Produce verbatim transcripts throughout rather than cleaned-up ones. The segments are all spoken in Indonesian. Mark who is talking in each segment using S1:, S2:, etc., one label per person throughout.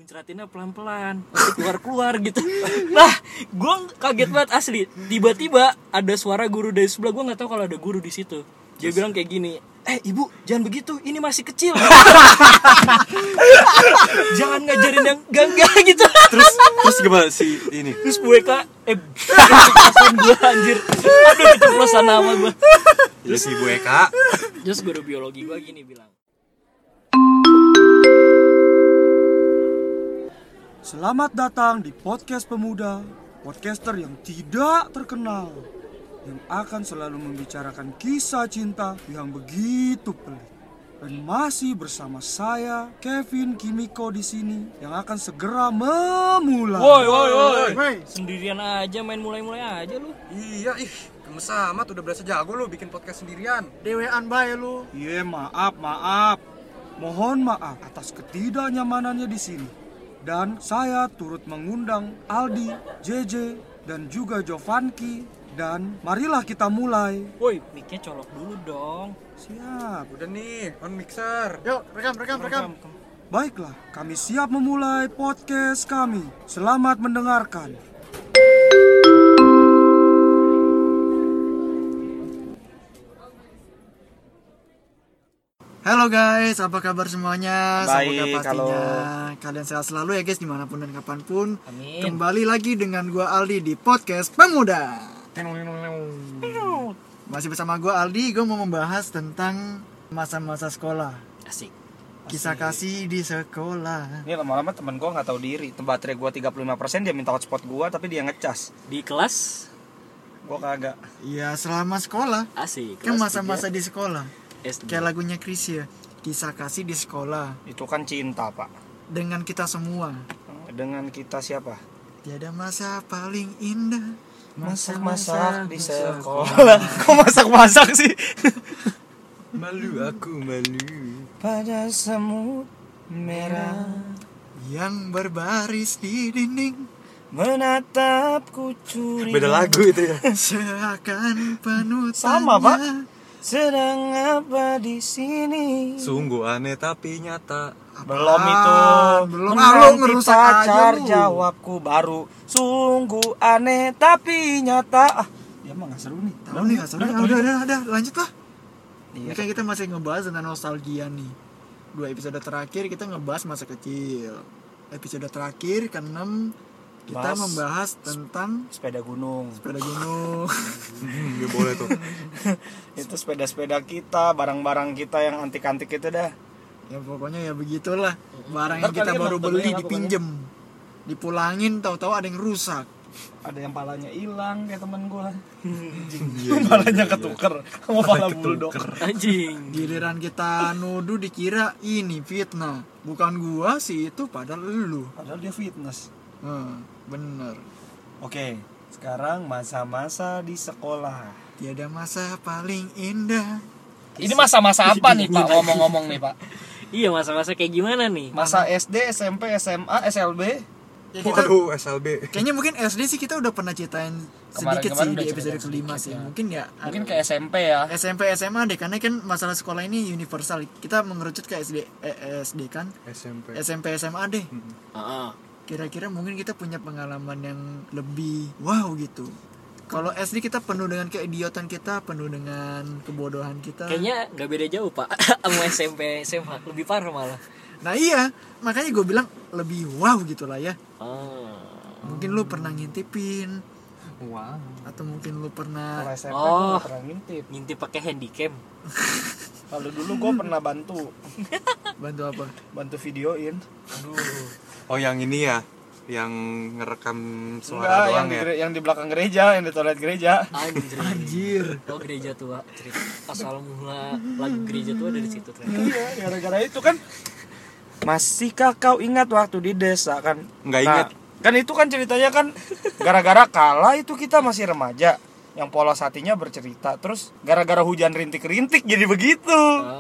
S1: muncratinnya pelan-pelan, nanti keluar-keluar gitu. Nah, gue kaget banget asli. Tiba-tiba ada suara guru dari sebelah, gue nggak tahu kalau ada guru di situ. Dia Terus. bilang kayak gini, eh ibu jangan begitu, ini masih kecil. Jangan ngajarin yang gangga gitu.
S2: Terus terus gimana sih ini?
S1: Terus Bu Eka, eh keceplosan gue anjir. Aduh keceplosan nama gue.
S2: Ya si Bu Eka.
S1: Terus guru biologi gue gini bilang,
S3: selamat datang di Podcast Pemuda, podcaster yang tidak terkenal, yang akan selalu membicarakan kisah cinta yang begitu pelik. Dan masih bersama saya, Kevin Kimiko di sini, yang akan segera memulai.
S1: Woi, woi, woi, sendirian aja main mulai-mulai aja lu.
S4: Iya, ih, gemes amat, udah berasa jago lu bikin podcast sendirian.
S3: Dewean bae lu. Iya, maaf, maaf. Mohon maaf atas ketidaknyamanannya di sini. Dan saya turut mengundang Aldi, J J, dan juga Jovanki. Dan marilah kita mulai.
S1: Woi, mic-nya colok dulu dong.
S3: Siap.
S4: Udah nih, on mixer.
S3: Yuk, rekam, rekam, rekam. Baiklah, kami siap memulai podcast kami. Selamat mendengarkan. Halo guys, apa kabar semuanya?
S4: Baik,
S3: semoga pastinya
S4: halo.
S3: kalian sehat selalu ya guys, dimanapun dan kapanpun.
S1: Amin.
S3: Kembali lagi dengan gua Aldi di Podcast Pemuda. Masih bersama gua Aldi, gua mau membahas tentang masa-masa sekolah.
S1: Asik.
S3: Kisah kasih di sekolah.
S4: Ini lama-lama temen gue gak tahu diri. Baterai gue tiga puluh lima persen, dia minta hotspot gue tapi dia ngecas.
S1: Di kelas
S4: Gue kagak.
S3: Iya, selama sekolah.
S1: asik.
S3: Kan
S1: Kelas
S3: masa-masa
S1: tiga
S3: di sekolah.
S1: S D.
S3: Kayak lagunya Chrisye, kisah kasih di sekolah
S4: Itu kan cinta, Pak.
S3: dengan kita semua.
S4: Dengan kita siapa?
S3: Tiada masa paling indah.
S4: Masak-masak di sekolah. Kok masak-masak sih?
S2: Malu aku malu.
S4: Pada semut merah
S3: Yang berbaris di dinding
S4: menatapku curiga.
S2: Beda lagu itu ya.
S3: seakan penuh
S4: Sama,
S3: tanya.
S4: Pak. Sedang apa di sini?
S2: Sungguh aneh tapi nyata.
S4: Belum itu.
S3: Belum,
S4: Menanti
S3: ah, lu ngerusak aja
S4: pacar
S3: lu.
S4: jawabku baru. Sungguh aneh tapi nyata. Ah, dia mah nggak seru nih.
S3: Tahu nih, udah, udah, udah, udah, lanjut lah.
S4: Iya.
S3: Ini kan kita masih ngebahas tentang nostalgia nih. Dua episode terakhir kita ngebahas masa kecil. Episode terakhir keenam kita
S4: Bahas
S3: membahas tentang
S4: sepeda gunung.
S3: sepeda gunung.
S2: Hmm, dia boleh tuh.
S4: Itu sepeda-sepeda kita, barang-barang kita yang antik-antik itu dah.
S3: Ya pokoknya ya begitulah. Barang
S4: Ntar
S3: yang kita
S4: kalian
S3: baru
S4: nonton
S3: beli
S4: aja, aku
S3: dipinjem, dipulangin, tahu-tahu ada yang rusak.
S4: Ada yang palanya hilang kayak temen gue.
S2: Iya,
S4: Palanya
S2: iya,
S4: ketuker sama pala bulldog.
S1: Anjing.
S3: Giliran kita nuduh dikira ini fitnah. Bukan gua sih itu, padahal lu.
S4: Padahal dia fitness.
S3: Hmm, bener.
S4: Oke, sekarang masa-masa di sekolah.
S3: Tiada masa paling indah.
S4: Ini masa-masa apa nih Pak, ngomong-ngomong nih Pak?
S1: Iya, masa-masa kayak gimana nih?
S4: Masa S D, S M P, S M A, S L B?
S3: Ya, kita,
S2: Waduh, S L B.
S3: kayaknya mungkin S D sih kita udah pernah ceritain sedikit
S4: Kemarin-kemarin
S3: sih
S4: udah
S3: di episode
S4: cerita
S3: kelima
S4: sedikit,
S3: sih.
S4: ya.
S3: Mungkin ya
S4: Mungkin ke S M P ya.
S3: S M P S M A deh, karena kan masalah sekolah ini universal. Kita mengerucut ke S D eh, S D kan.
S2: S M P.
S3: S M P S M A deh.
S1: Heeh.
S3: Kira-kira mungkin kita punya pengalaman yang lebih wow gitu. Kalau S D kita penuh dengan keidiotan kita, penuh dengan kebodohan kita.
S1: Kayaknya nggak beda jauh Pak sama S M P S M A, lebih parah malah.
S3: Nah iya, makanya gue bilang lebih wow gitu lah ya.
S1: Oh.
S3: Mungkin lu pernah ngintipin,
S2: Wow.
S3: atau mungkin lu
S4: Kalau
S3: pernah
S4: S M P
S1: Oh.
S4: gue gak pernah ngintip.
S1: Ngintip pakai handycam.
S4: Kalau dulu gue pernah bantu,
S3: bantu apa?
S4: bantu videoin.
S1: Aduh.
S2: Oh, yang ini ya, yang ngerekam
S4: Enggak,
S2: suara
S4: yang
S2: doang
S4: di,
S2: ya.
S4: gere- yang di belakang gereja, yang di toilet gereja.
S1: Anjir.
S3: Anjir.
S1: Oh, gereja tua. Cerita asal mula lagu gereja tua dari situ ternyata.
S4: Iya, gara-gara itu kan. Masihkah kau ingat waktu di desa kan?
S2: Nggak
S4: Nah,
S2: ingat.
S4: kan itu kan ceritanya kan gara-gara kala itu kita masih remaja. Yang polos hatinya bercerita. Terus gara-gara hujan rintik-rintik jadi begitu.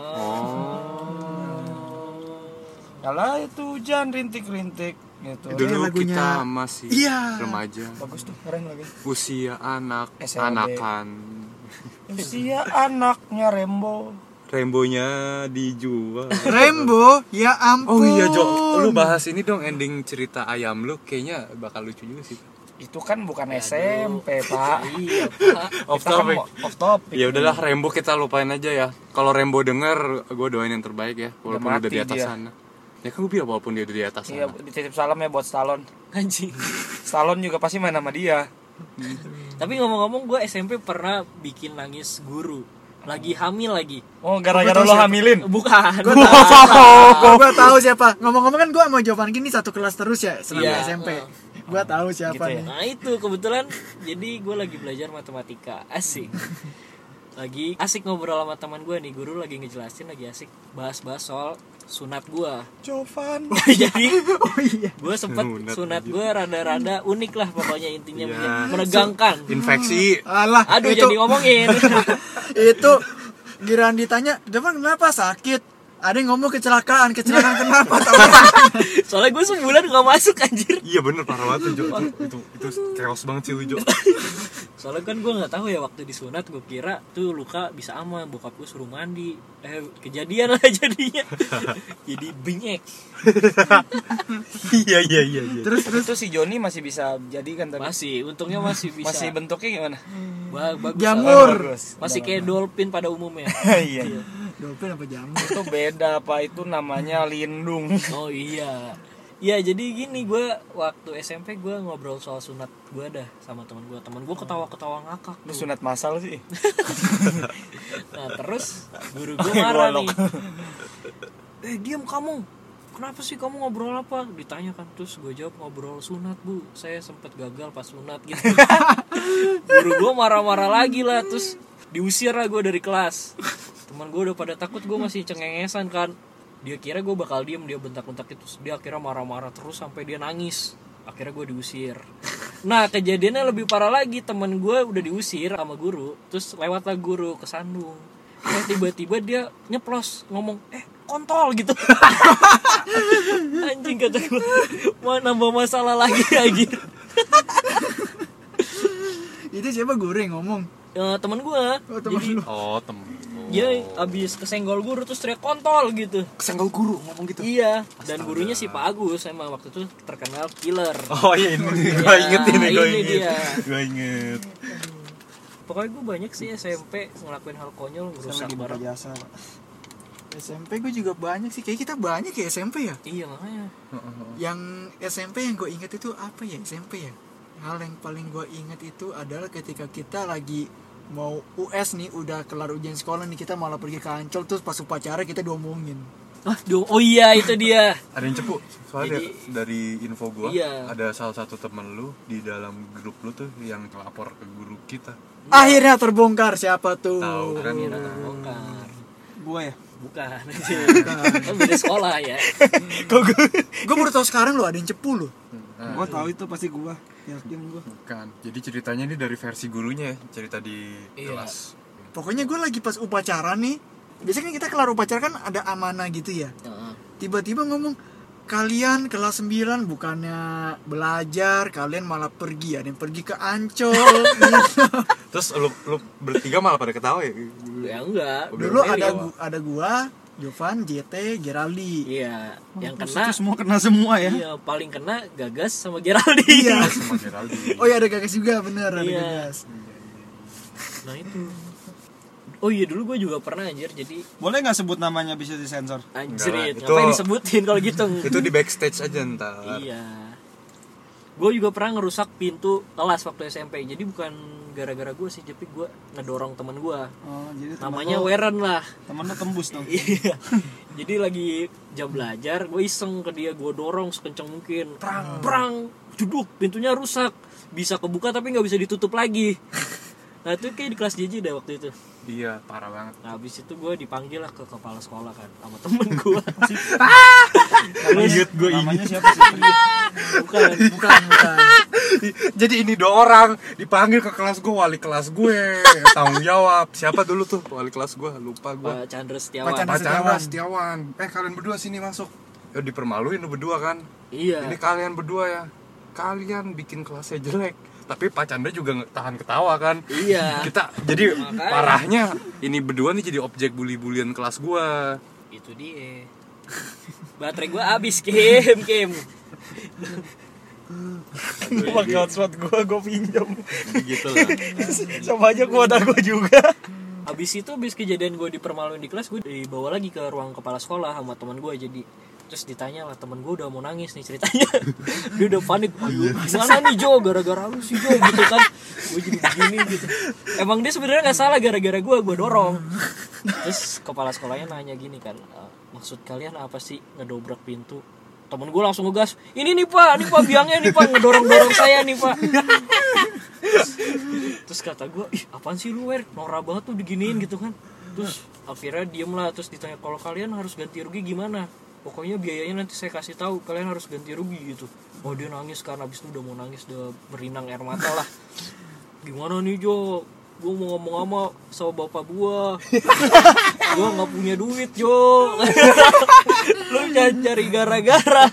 S1: Oh.
S4: Kala itu hujan rintik-rintik gitu.
S2: Dulu
S3: Ini lagunya-
S2: kita masih
S3: Iya.
S2: remaja.
S4: Bagus tuh, keren lagi.
S2: Usia anak
S4: S L B.
S2: anakan.
S4: Usia anaknya Rembo.
S2: Rainbow-nya dijual.
S5: Rainbow, ya
S2: Oh
S5: ampun.
S2: iya Jo, lu bahas ini dong ending cerita ayam lu, kayaknya bakal lucu juga sih.
S4: Itu kan bukan S M P, Pak.
S1: Iya, Pak.
S2: Off
S4: Kita kan
S2: topic.
S4: mau- off topic.
S2: Ya udahlah Rainbow kita lupain aja ya. Kalau Rainbow denger, gue doain yang terbaik ya, walaupun
S4: Udah
S2: udah,
S4: mati
S2: di atas
S4: dia.
S2: sana. Ya kan gue bilang walaupun dia udah di atas
S4: Iya,
S2: sana.
S4: dititip salam ya buat Stallone.
S1: Anjing.
S4: Stallone juga pasti main sama dia.
S1: Tapi ngomong-ngomong gue S M P pernah bikin nangis guru. Lagi hamil lagi.
S4: Oh, gara-gara lo hamilin.
S1: Bukan.
S5: Gue tahu, gue tahu siapa. Ngomong-ngomong kan gue sama Jovan gini satu kelas terus ya selama
S1: Iya.
S5: S M P. Gue tahu siapa
S4: Gitu ya.
S5: nih.
S1: Nah itu kebetulan jadi gue lagi belajar matematika. Asik. Lagi asik ngobrol sama teman gue nih, guru lagi ngejelasin, lagi asik bahas-bahas soal sunat gue.
S4: Jovan.
S1: Jadi
S5: Oh iya.
S1: gue sempet
S2: Sunat,
S1: sunat gue rada-rada unik lah pokoknya intinya
S2: Iya.
S1: menegangkan.
S2: Infeksi.
S5: Alah,
S1: Aduh
S5: itu,
S1: jadi ngomongin.
S5: itu giliran ditanya, Jovan kenapa sakit? Ada yang ngomong kecelakaan, kecelakaan kenapa?
S1: Soalnya gue sebulan gak masuk anjir.
S2: Iya bener parah banget tuh Jo. Itu, itu, itu chaos banget sih lu Jo.
S1: Soalnya kan gue nggak tahu ya waktu disunat, gue kira tuh luka bisa aman, bokap gue suruh mandi, eh kejadian lah jadinya. Jadi bingek.
S2: Iya iya iya iya.
S4: Terus terus tuh si Joni masih bisa jadi kan tadi.
S1: Masih, untungnya masih bisa.
S4: Masih bentuknya gimana?
S1: Ba- bagus.
S5: Jamur.
S4: Bagus.
S1: Masih kayak dolphin pada umumnya.
S4: Iya.
S5: Dolphin apa jamur?
S4: Itu beda Pak, itu namanya lindung.
S1: Oh iya. Ya jadi gini, gue waktu S M P gue ngobrol soal sunat gue dah sama teman gue. Teman gue ketawa-ketawa ngakak.
S4: Lu
S1: tuh.
S4: sunat masal sih.
S1: Nah terus guru gue marah nih. Eh diam kamu. Kenapa sih kamu ngobrol apa? Ditanya kan, terus gue jawab ngobrol sunat bu. Saya sempat gagal pas sunat gitu. Guru gue marah-marah lagi lah, terus diusir lah gue dari kelas. Teman gue udah pada takut, gue masih cengengesan kan. Dia kira gue bakal diem, dia bentak-bentak itu. Dia akhirnya marah-marah terus sampai dia nangis. Akhirnya gue diusir. Nah kejadiannya lebih parah lagi, teman gue udah diusir sama guru, terus lewatlah guru ke Sandung. Eh tiba-tiba dia nyeplos ngomong, eh kontol gitu. Anjing kata gue, mau nambah masalah lagi anjir.
S5: Itu siapa guru yang ngomong?
S1: Ya, teman gue.
S5: Oh, teman
S1: Jadi
S5: lu.
S2: Oh temen. Oh.
S1: dia abis kesenggol guru terus teriak kontol gitu.
S2: Kesenggol guru ngomong gitu.
S1: Iya. Dan gurunya si Pak Agus emang waktu itu terkenal killer.
S2: Oh iya ini
S1: Iya,
S2: gue inget ini gue
S1: ini
S2: inget.
S1: dia.
S2: Gue inget.
S1: Pokoknya gue banyak sih S M P ngelakuin hal konyol, ngerusak barang.
S5: jasa, Pak. S M P gue juga banyak sih, kayak kita banyak ya S M P ya.
S1: Iya makanya.
S5: Yang S M P yang gue inget itu apa ya S M P ya? Hal yang paling gue inget itu adalah ketika kita lagi mau U S nih, udah kelar ujian sekolah nih, kita malah pergi ke Ancol, terus pas upacara kita diomongin.
S1: Ah, duh, oh iya itu dia.
S2: Ada yang cepu. Soalnya
S1: Jadi-
S2: dari info gua
S1: Iya.
S2: ada salah satu temen lu di dalam grup lu tuh yang lapor ke guru kita.
S5: Akhirnya terbongkar siapa tuh?
S2: Tahu kan?
S1: Akhirnya terbongkar.
S3: Gue ya.
S1: Bukan. Kan beda sekolah ya.
S5: Gue baru tahu sekarang loh ada yang cepu loh.
S2: Nah,
S3: Gue tahu itu pasti gue. Yakin gue.
S2: bukan. Jadi ceritanya ini dari versi gurunya ya, cerita di
S1: Iya.
S2: kelas.
S5: Pokoknya gue lagi pas upacara nih. Biasanya kan kita kelar upacara kan ada amanah gitu ya.
S1: Heeh.
S5: Tiba-tiba ngomong, kalian kelas sembilan bukannya belajar, kalian malah pergi. Ada yang pergi ke Ancol. gitu.
S2: Terus lu lu bertiga malah pada ketawa ya.
S1: Ya enggak.
S5: Dulu
S1: Meli
S5: ada
S1: awal.
S5: gu- ada gua, Jovan, J T, Geraldi.
S1: Iya, yang
S3: Terus
S1: kena
S3: itu semua kena semua ya.
S1: iya paling kena Gagas sama Geraldi.
S5: Iya.
S2: Sama Geraldi.
S5: Oh iya ada Gagas juga, bener ada
S1: Iya.
S5: Gagas.
S1: Nah itu. Oh iya dulu gue juga pernah anjir, jadi
S3: Boleh nggak sebut namanya, bisa disensor?
S1: anjrit,
S2: Enggak,
S1: ngapain
S2: itu-
S1: disebutin kalau gitu.
S2: Itu di backstage aja ntar.
S1: Iya. Gue juga pernah ngerusak pintu kelas waktu S M P. Jadi bukan gara-gara gue sih, tapi gue ngedorong temen gue.
S3: Oh, jadi temen
S1: Namanya
S3: lo-
S1: Weren lah.
S3: temen lo tembus dong.
S1: Iya. Jadi lagi jam belajar, gue iseng ke dia, gue dorong sekencang mungkin. Prang, prang, jeduk, pintunya rusak. Bisa kebuka tapi nggak bisa ditutup lagi. Nah itu kayak di kelas J J deh waktu itu.
S2: Iya, parah banget.
S1: Nah habis itu gue dipanggil lah ke kepala sekolah kan sama temen gue.
S3: Ingat gue namanya siapa sih?
S1: Bukan.
S5: Bukan, bukan.
S2: Jadi ini dua orang dipanggil ke kelas gue, wali kelas gue tanggung jawab. Siapa dulu tuh wali kelas gue? Lupa gue.
S1: Pak Chandra Setiawan.
S5: Pak Chandra
S2: Pak Chandra
S5: Setiawan.
S2: Setiawan. Eh kalian berdua sini masuk. Ya dipermaluin lu berdua kan.
S1: Iya.
S2: Ini kalian berdua ya. Kalian bikin kelasnya jelek. Tapi Pak Chandra juga nge- tahan ketawa kan.
S1: Iya.
S2: Kita jadi
S1: Makanya.
S2: parahnya ini berdua nih jadi objek bully-bulian kelas gua.
S1: Itu dia. Baterai gua habis, Kim, Kim.
S4: Pakai hotspot gue, gue pinjam.
S2: Gitu lah.
S4: Sama aja kuota gue juga.
S1: Habis itu habis kejadian gue dipermaluin di kelas, gue dibawa lagi ke ruang kepala sekolah sama teman gue. Jadi terus ditanya lah, teman gue udah mau nangis nih ceritanya. Dia udah panik, ayo gimana nih Jo, gara-gara lu sih Jo gitu kan. Gue jadi begini gitu. Emang dia sebenarnya nggak salah, gara-gara gue gue dorong. Terus kepala sekolahnya nanya gini kan, e, maksud kalian apa sih ngedobrak pintu? Temen gue langsung ngegas, ini nih pak, ini pak biangnya nih pak, ngedorong-dorong saya nih pak. Terus, terus kata gue, ih apaan sih lu Wer, norak banget tuh diginiin gitu kan. Terus akhirnya diem lah, terus ditanya kalau kalian harus ganti rugi gimana? Pokoknya biayanya nanti saya kasih tahu, kalian harus ganti rugi gitu. Oh dia nangis karena abis itu udah mau nangis, udah berinang air mata lah. Gimana nih Jo, gue mau ngomong sama sama bapak gue, gue nggak punya duit Jo. Lu jangan cari gara-gara.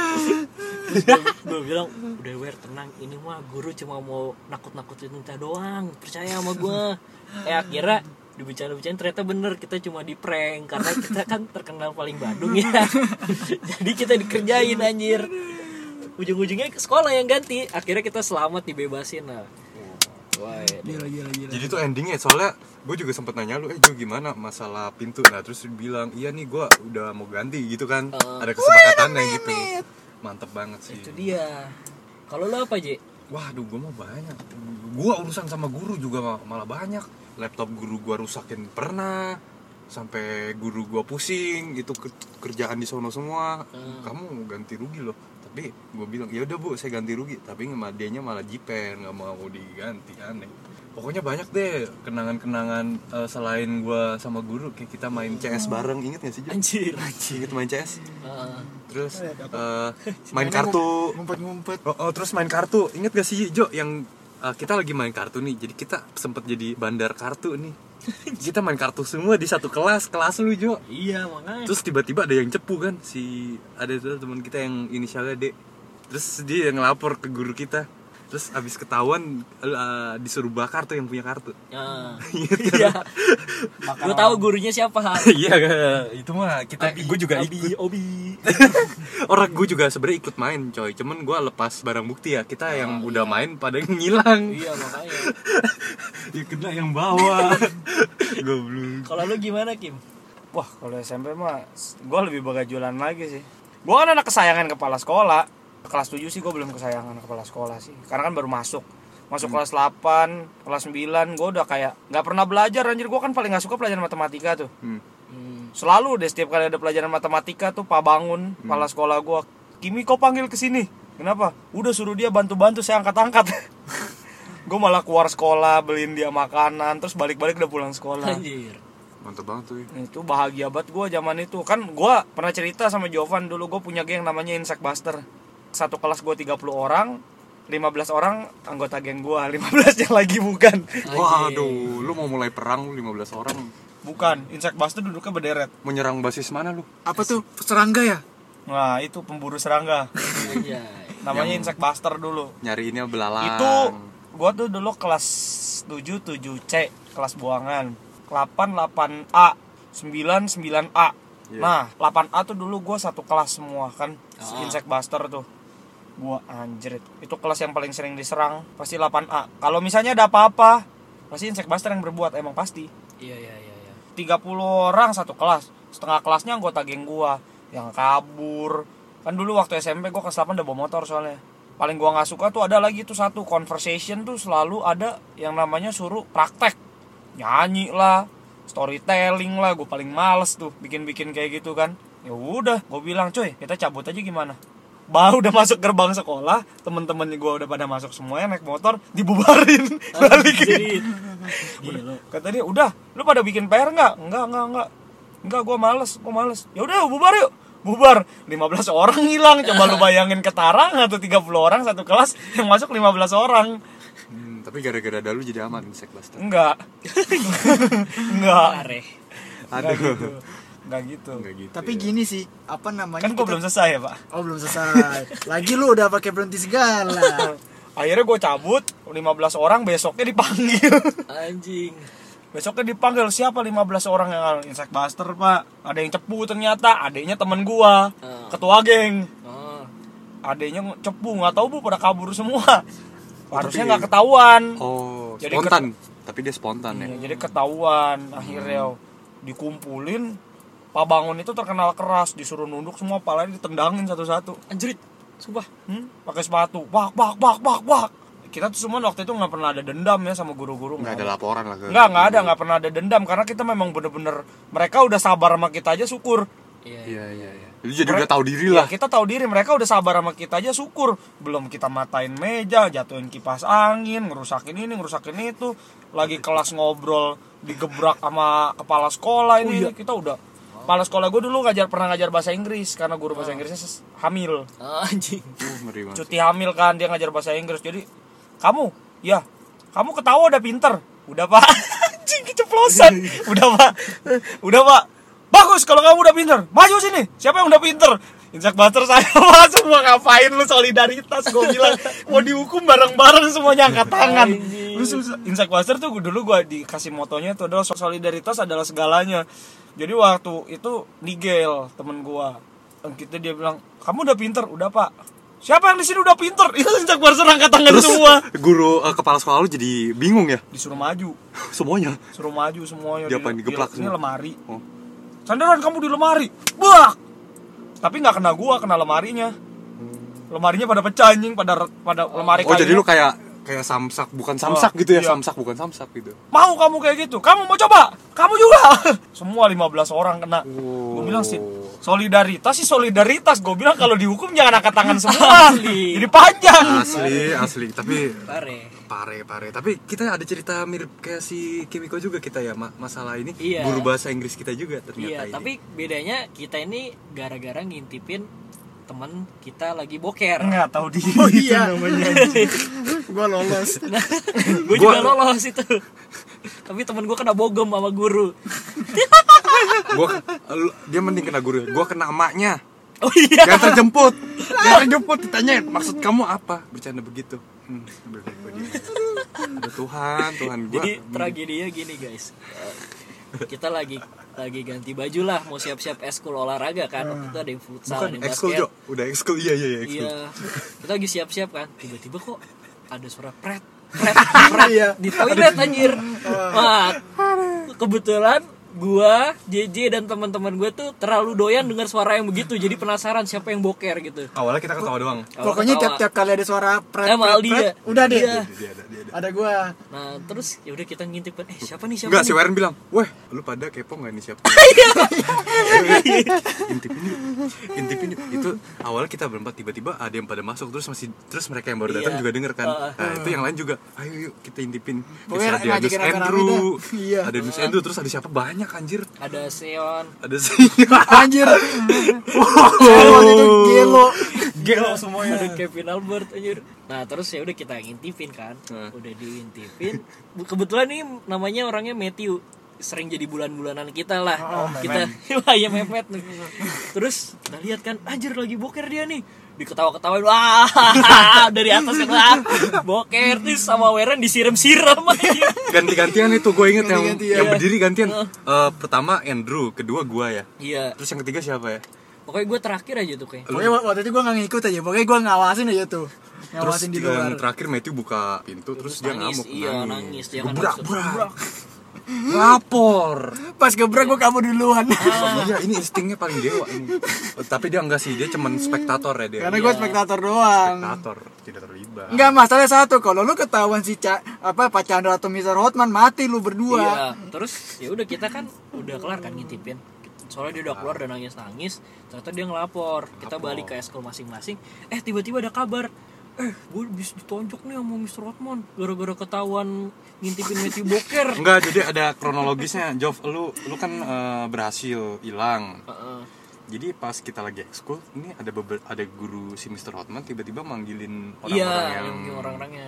S1: Gue bilang udah Wer tenang, ini mah guru cuma mau nakut-nakutin kita doang, percaya sama gue. Eh akhirnya dibicarain-bicarain ternyata bener, kita cuma di prank karena kita kan terkenal paling Bandung ya. Jadi kita dikerjain anjir. Ujung-ujungnya ke sekolah yang ganti, akhirnya kita selamat dibebasin lah. Wah,
S5: Gila gila gila.
S2: Jadi tuh endingnya, soalnya gue juga sempet nanya lu, eh Jo gimana masalah pintu? Nah terus dia bilang, iya nih gue udah mau ganti gitu kan.
S1: Uh,
S2: Ada kesepakatannya gitu. Mantep banget sih.
S1: itu dia. Kalau lo apa J?
S2: Waduh, gue mah banyak. Gue urusan sama guru juga mal- malah banyak. Laptop guru gue rusakin pernah. Sampai guru gue pusing, itu ke- kerjaan di sono semua.
S1: Hmm.
S2: Kamu ganti rugi loh. Tapi gue bilang, ya udah Bu, saya ganti rugi. Tapi sama dianya malah jiper, nggak mau diganti, aneh. Pokoknya banyak deh kenangan-kenangan uh, selain gue sama guru. Kayak kita main C S bareng, inget gak sih Jo?
S1: Anjir.
S2: Inget main C S?
S1: Uh,
S2: Terus uh, main kartu.
S5: Ngumpet-ngumpet.
S2: Oh, oh, terus main kartu. Ingat gak sih Jo yang uh, kita lagi main kartu nih. Jadi kita sempet jadi bandar kartu nih. Kita main kartu semua di satu kelas, kelas lu Jo.
S1: iya makanya.
S2: Terus tiba-tiba ada yang cepu kan, si ada tuh teman kita yang inisialnya D. Terus dia yang ngelapor ke guru kita. Terus abis ketahuan uh, disuruh bakar tuh yang punya kartu.
S1: Uh,
S2: Ingat
S1: iya.
S2: kan?
S1: Gue tahu gurunya siapa.
S2: Iya kan, itu mah kita, gue juga
S1: Abi,
S2: ikut.
S1: Obi.
S2: Orang gue juga sebenarnya ikut main coy, cuman gue lepas barang bukti ya. Kita yang
S1: Oh,
S2: udah
S1: iya.
S2: main pada ngilang.
S1: Iya makanya.
S2: Ya kena yang bawa. Goblok.
S1: Kalau lu gimana Kim?
S4: Wah, kalau S M P mah gue lebih begajulan lagi sih. Gue kan anak kesayangan kepala sekolah. Kelas tujuh sih gue belum kesayangan kepala sekolah sih. Karena kan baru masuk. Masuk hmm. kelas delapan, kelas sembilan gue udah kayak gak pernah belajar anjir. Gue kan paling gak suka pelajaran matematika tuh.
S2: Hmm.
S1: Hmm.
S4: Selalu deh setiap kali ada pelajaran matematika tuh Pak Bangun, hmm. kepala sekolah gue, Kimi kok panggil kesini? Kenapa? Udah suruh dia bantu-bantu saya angkat-angkat. Gue malah keluar sekolah, beliin dia makanan, terus balik-balik udah pulang sekolah.
S1: Anjir.
S2: Mantap banget tuh.
S4: Itu bahagia banget gue zaman itu. Kan gue pernah cerita sama Jovan dulu, gue punya geng namanya Insect Buster. Satu kelas gue tiga puluh orang, lima belas orang anggota geng gue, lima belas yang lagi bukan.
S2: Waduh, lu mau mulai perang lu lima belas orang.
S4: Bukan, Insect Buster duduknya berderet.
S2: Menyerang basis mana lu?
S5: Apa tuh? Serangga ya?
S4: Nah itu pemburu serangga.
S1: Iya.
S4: Namanya
S2: Yang-
S4: Insect Buster dulu.
S2: Nyariinnya belalang.
S4: Itu gue tuh dulu kelas tujuh, tujuh C, kelas buangan. Delapan, delapan A, sembilan, sembilan A.
S2: Iya.
S4: Nah, delapan A tuh dulu gue satu kelas semua kan.
S1: Ah.
S4: Insect Buster tuh. Gua anjir, itu kelas yang paling sering diserang pasti delapan A. Kalau misalnya ada apa-apa, pasti Insect Buster yang berbuat, emang pasti.
S1: Iya iya iya iya.
S4: tiga puluh orang satu kelas. Setengah kelasnya anggota geng gua yang kabur. Kan dulu waktu S M P gua kelas delapan udah bawa motor soalnya. Paling gua enggak suka tuh ada lagi tuh satu conversation tuh selalu ada yang namanya suruh praktek. Nyanyi lah, storytelling lah, gua paling males tuh bikin-bikin kayak gitu kan. Ya udah, gua bilang, "Coy, kita cabut aja gimana?" Baru udah masuk gerbang sekolah, temen-temennya gue udah pada masuk semuanya naik motor, dibubarin, balikin.
S1: Gila.
S4: Kata dia, udah, lu pada bikin P R nggak? Enggak, enggak, enggak, enggak, gue males, gue males. Ya udah, bubar yuk, bubar. lima belas orang hilang, coba lu bayangin ketara nggak tuh tiga puluh orang satu kelas yang masuk lima belas orang.
S2: Hmm, tapi gara-gara ada lu jadi aman Insect Buster.
S4: Enggak, enggak,
S1: Are.
S4: enggak gitu, enggak gitu.
S2: Enggak gitu.
S5: Tapi
S2: ya.
S5: gini sih, apa namanya?
S4: Kan gue
S5: kita-
S4: belum selesai ya pak.
S5: Oh belum selesai. Lagi lu udah pakai berhenti segala.
S4: Akhirnya gue cabut, lima belas orang besoknya dipanggil.
S1: Anjing.
S4: Besoknya dipanggil, siapa lima belas orang yang Insect Buster, Pak? Ada yang cepu ternyata, adeknya temen gua,
S1: Ah.
S4: ketua geng.
S1: Oh.
S4: Adeknya cepu, nggak tahu bu pada kabur semua. Harusnya nggak ketahuan.
S2: Oh,
S4: Jadi
S2: spontan. Tapi dia spontan ya.
S4: Iya, jadi ketahuan akhirnya dikumpulin. Pak Bangun itu terkenal keras, disuruh nunduk semua, palanya ditendangin satu-satu.
S1: Anjrit. Sumpah.
S4: Hmm? Pakai sepatu, bak bak bak bak bak. Kita tuh semua waktu itu nggak pernah ada dendam ya sama guru-guru.
S2: Nggak ada laporan lah ke.
S4: Nggak, nggak ada, nggak pernah ada dendam karena kita memang bener-bener mereka udah sabar sama kita aja syukur.
S1: Iya.
S2: Iya iya iya. Jadi jadi
S4: Mereka-
S2: udah tahu diri
S4: Ya,
S2: lah.
S4: kita tahu diri, mereka udah sabar sama kita aja syukur. Belum kita matain meja, jatuhin kipas angin, ngerusakin ini, ngerusakin itu. Lagi kelas ngobrol digebrak sama kepala sekolah ini.
S1: Oh, iya.
S4: Kita udah kepala sekolah gue dulu ngajar pernah ngajar bahasa Inggris karena guru bahasa Inggrisnya ses- hamil.
S1: Anjing.
S2: Uh, ngeri banget.
S4: Cuti hamil kan, dia ngajar bahasa Inggris. Jadi, kamu, ya, kamu ketawa udah pinter. Udah pak. Anjing keceplosan. Udah pak. Udah pak. Bagus kalau kamu udah pinter. Maju sini. Siapa yang udah pinter? Insect Buster saya pak. Semua ngapain lu solidaritas. Gue bilang mau dihukum bareng-bareng semuanya angkat tangan. Lu susah. Insect Buster tuh dulu gue dikasih motonya itu adalah solidaritas adalah segalanya. Jadi waktu itu Nigel temen gue, kita dia bilang kamu udah pinter. Udah pak. Siapa yang di sini udah pinter? Itu Insect Buster angkat tangan
S2: Terus
S4: semua.
S2: guru eh, kepala sekolah lu jadi bingung ya?
S4: Disuruh maju,
S2: Semuanya.
S4: suruh maju semuanya.
S2: Diapain,
S4: Di-
S2: digeplak
S4: di- Ini
S2: semua?
S4: lemari.
S2: Oh.
S4: Sandaran kamu di lemari. Bak. Tapi nggak kena gua, kena lemarinya. Lemarinya pada pecah anjing, pada pada lemari
S2: Oh,
S4: kayu.
S2: jadi lu kayak kayak samsak bukan samsak gitu ya,
S4: iya.
S2: samsak bukan samsak gitu.
S4: Mau kamu kayak gitu? Kamu mau coba? Kamu juga. Semua lima belas orang kena.
S2: Oh.
S4: Gue bilang sih solidaritas sih solidaritas. Gue bilang kalau dihukum jangan angkat tangan semua.
S1: Asli.
S4: Jadi panjang.
S2: Asli, asli. Tapi
S1: Pare.
S2: pare, pare. Tapi kita ada cerita mirip kayak si Kimiko juga kita ya, ma- masalah ini.
S1: Iya.
S2: Guru bahasa Inggris kita juga ternyata
S1: Iya,
S2: ini.
S1: tapi bedanya kita ini gara-gara ngintipin teman kita lagi boker.
S4: Nggak tahu dia.
S5: Oh iya. Gua lolos.
S1: Gue juga lolos itu. Tapi temen gue kena bogem sama guru.
S2: Gua lu- dia mending kena guru. Gua kena emaknya.
S1: Oh iya.
S2: Gak terjemput. Gak terjemput ditanyain maksud kamu apa? Bercanda begitu. Hmm, udah deh, gua diem. Aduh, Tuhan, Tuhan gua.
S1: Jadi tragedinya gini guys. Eh, kita lagi lagi ganti baju lah, mau siap-siap eskul olahraga kan. Waktu itu ada yang futsal,
S2: Bukan
S1: ada yang
S2: ekskul,
S1: basket.
S2: Jo. Udah ekskul. Iya, iya, iya, ekskul.
S1: Iya. Kita lagi siap-siap kan. Tiba-tiba kok ada suara pret, pret, pret
S5: Iya.
S1: di toilet anjir. Wah. Kebetulan gua, J J dan teman-teman gue tuh terlalu doyan dengar suara yang begitu, jadi penasaran siapa yang boker gitu.
S2: Awalnya kita ketawa doang.
S5: Pokoknya
S1: Ketawa.
S5: tiap-tiap kali ada suara pret,
S1: Eh,
S5: pret,
S1: Aldi
S5: pret,
S1: ya?
S5: udah deh.
S1: Iya.
S2: Dia ada, dia ada.
S5: Ada gua.
S1: Nah, terus ya udah kita ngintipin, eh siapa nih siapa
S2: Enggak, si
S1: nih?
S2: Weren bilang, "Weh, lu pada kepo enggak nih siapa?" Intipin yuk. Intipin yuk. Itu awalnya kita berempat, tiba-tiba ada yang pada masuk, terus masih terus mereka yang baru datang
S1: Iya.
S2: juga denger kan.
S1: Uh,
S2: Nah, itu yang lain juga, "Ayo yuk kita intipin." Terus
S5: Pokoknya
S2: ada Nus
S5: ngajakin rame-rame
S2: Andrew.
S5: dah. Iya.
S2: Ada Nus Andrew, terus ada siapa banyak anjir.
S1: Ada Seon.
S2: Ada sih.
S5: Anjir. Saya waktu itu gelo.
S1: Gelo semuanya. Ada Kevin Albert anjir. Nah, terus ya udah kita ngintipin kan.
S2: Nah.
S1: Udah diintipin. Kebetulan nih namanya orangnya Matthew. Sering jadi bulan-bulanan kita lah. Kita wah ya Mehmet nih. Terus kita lihat kan, anjir lagi boker dia nih. Diketawa-ketawain, wah dari atas kan, wah, boker terus sama Weren disiram-siram aja.
S2: Ganti-gantian itu gue inget yang
S5: Ganti-gantian.
S2: yang berdiri gantian. Eh, pertama Andrew, kedua gua ya.
S1: Iya.
S2: Terus yang ketiga siapa ya?
S1: Pokoknya gue terakhir aja tuh kayak.
S5: Pokoknya waktu itu gua nggak ngikut aja. Pokoknya gua ngawasin aja tuh.
S2: Terus
S5: Ngawasin di
S2: yang
S5: luar.
S2: terakhir Matthew buka pintu, terus, dia
S1: nangis,
S2: ngamuk,
S1: iya, nangis. Dia kan
S2: Gebrak,
S1: nangis.
S2: gebrak. Lapor.
S5: Pas gebrak gua kabur duluan.
S2: Iya, ini instingnya paling dewa ini. Oh, tapi dia enggak sih, dia cuman spektator ya dia.
S5: Karena gua spektator doang.
S2: Spektator, tidak terlibat.
S5: Enggak, masalah satu, kalau lu ketahuan si Ca, apa Pak Chandra atau mister Hotman mati lu berdua.
S1: Iya, terus ya udah kita kan udah kelar kan ngintipin. Soalnya dia udah keluar dan nangis-nangis, ternyata dia ngelapor. Kita
S2: Lapor.
S1: balik ke eskul masing-masing. Eh tiba-tiba ada kabar. Eh, gue bisa ditonjok nih sama mister Hotman gara-gara ketahuan ngintipin Matthew boker.
S2: Enggak, jadi ada kronologisnya. Jov, lu lu kan eh, berhasil hilang.
S1: Heeh.
S2: Jadi pas kita lagi ekskul, ini ada beber, ada guru si mister Hotman tiba-tiba manggilin
S1: Iya,
S2: orang-orang yang
S1: yang orang-orangnya.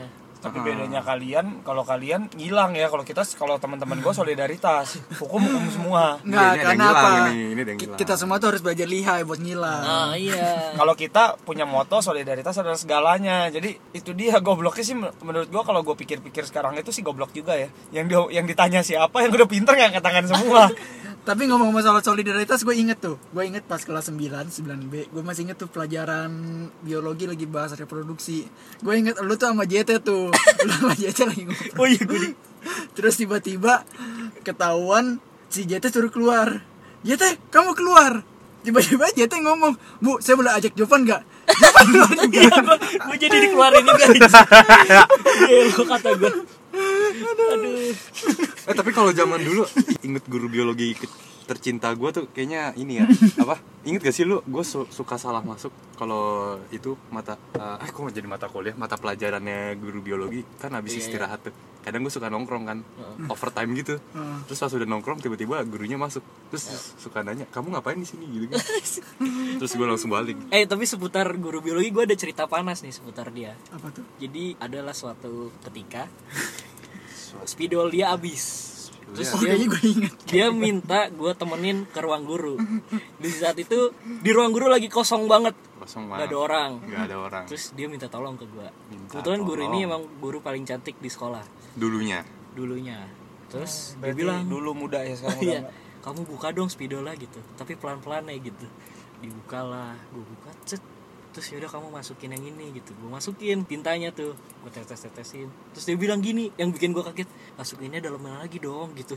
S4: Tapi
S2: Ah.
S4: bedanya kalian, kalau kalian ngilang ya, kalau kita, kalau teman-teman gue solidaritas, hukum hukum semua.
S5: Enggak,
S2: Ini ada yang
S5: karena
S2: hilang
S5: apa?
S2: ini, ini ada yang
S5: Ki-
S2: hilang.
S5: Kita semua tuh harus belajar lihai buat ngilang.
S1: Ah iya.
S4: Kalau kita punya moto solidaritas adalah segalanya. Jadi itu dia gobloknya sih menurut gue. Kalau gue pikir-pikir sekarang itu sih goblok juga ya. Yang dia, yang ditanya siapa, yang udah pinter ngangkat tangan semua.
S5: Tapi ngomong masalah solidaritas, gue inget tuh. Gue inget pas kelas sembilan, sembilan B. Gue masih inget tuh pelajaran biologi lagi bahas reproduksi. Gue inget lu tuh sama J T tuh. Lu sama J T lagi ngomong.
S4: Oh iya gue di...
S5: Terus tiba-tiba ketahuan si J T suruh keluar. J T, kamu keluar. Tiba-tiba J T ngomong, Bu, saya boleh ajak Jovan gak? Jovan keluar juga.
S1: Iya, gua, gua jadi dikeluarin juga. Iya, lo kata gue. Aduh.
S2: Eh tapi kalau zaman dulu inget guru biologi ke- tercinta gue tuh kayaknya ini ya apa inget gak sih lu gue su- suka salah masuk kalau itu mata eh kok nggak jadi mata kuliah mata pelajarannya guru biologi kan habis
S1: Iya,
S2: istirahat tuh kadang gue suka nongkrong kan overtime gitu terus pas udah nongkrong tiba-tiba gurunya masuk terus suka nanya kamu ngapain di sini gitu kan terus gue langsung balik
S1: Eh tapi seputar guru biologi gue ada cerita panas nih seputar dia.
S5: Apa tuh?
S1: Jadi adalah suatu ketika spidol dia habis. Terus
S5: Oh,
S1: dia
S5: kayaknya gue inget.
S1: dia minta gue temenin ke ruang guru. Di saat itu di ruang guru lagi kosong banget,
S2: kosong
S1: nggak ada
S2: banget
S1: orang.
S2: nggak ada orang
S1: Terus dia minta tolong ke gue.
S2: Minta
S1: Kebetulan guru
S2: tolong.
S1: ini emang guru paling cantik di sekolah
S2: dulunya
S1: dulunya. Terus dia
S4: Berarti
S1: bilang,
S4: dulu muda ya, sekarang udah
S1: iya,
S4: enggak.
S1: kamu buka dong spidolnya gitu, tapi pelan-pelan ya gitu. Dibukalah, gue buka, cet. Terus yaudah kamu masukin yang ini gitu. Gue masukin tintanya tuh, gue tetes-tetesin. Terus dia bilang gini, yang bikin gue kaget, masukinnya dalam mana lagi dong gitu.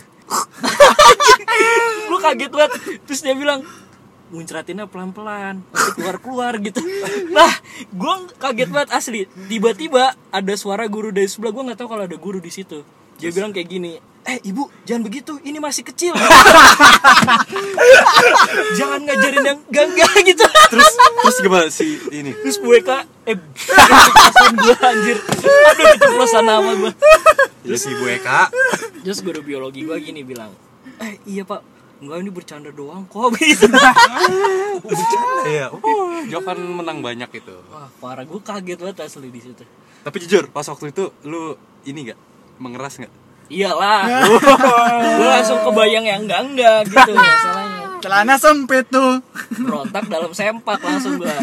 S1: Gue kaget banget. Terus dia bilang, muncratinnya pelan-pelan, nanti keluar-keluar gitu. Nah, gue kaget banget asli. Tiba-tiba ada suara guru dari sebelah. Gue nggak tahu kalau ada guru di situ. Dia bilang kayak gini, eh ibu jangan begitu, ini masih kecil. Jangan ngajarin yang enggak-enggak gitu.
S2: terus terus gimana si ini
S1: Terus Bu Eka, eh keceplosan gue anjir. Aduh keceplosan nama gue.
S2: ya si Bu Eka
S1: Terus guru biologi gue gini bilang, eh iya pak, enggak ini bercanda doang kok gitu.
S2: iya oh Jovan menang banyak itu
S1: Wah parah, gue kaget banget asli di situ.
S2: tapi jujur pas waktu itu lu ini gak mengeras nggak
S1: Iyalah, gue langsung kebayang yang enggak-enggak gitu masalahnya.
S5: Celana sempit tuh.
S1: Berontak dalam sempak langsung gue.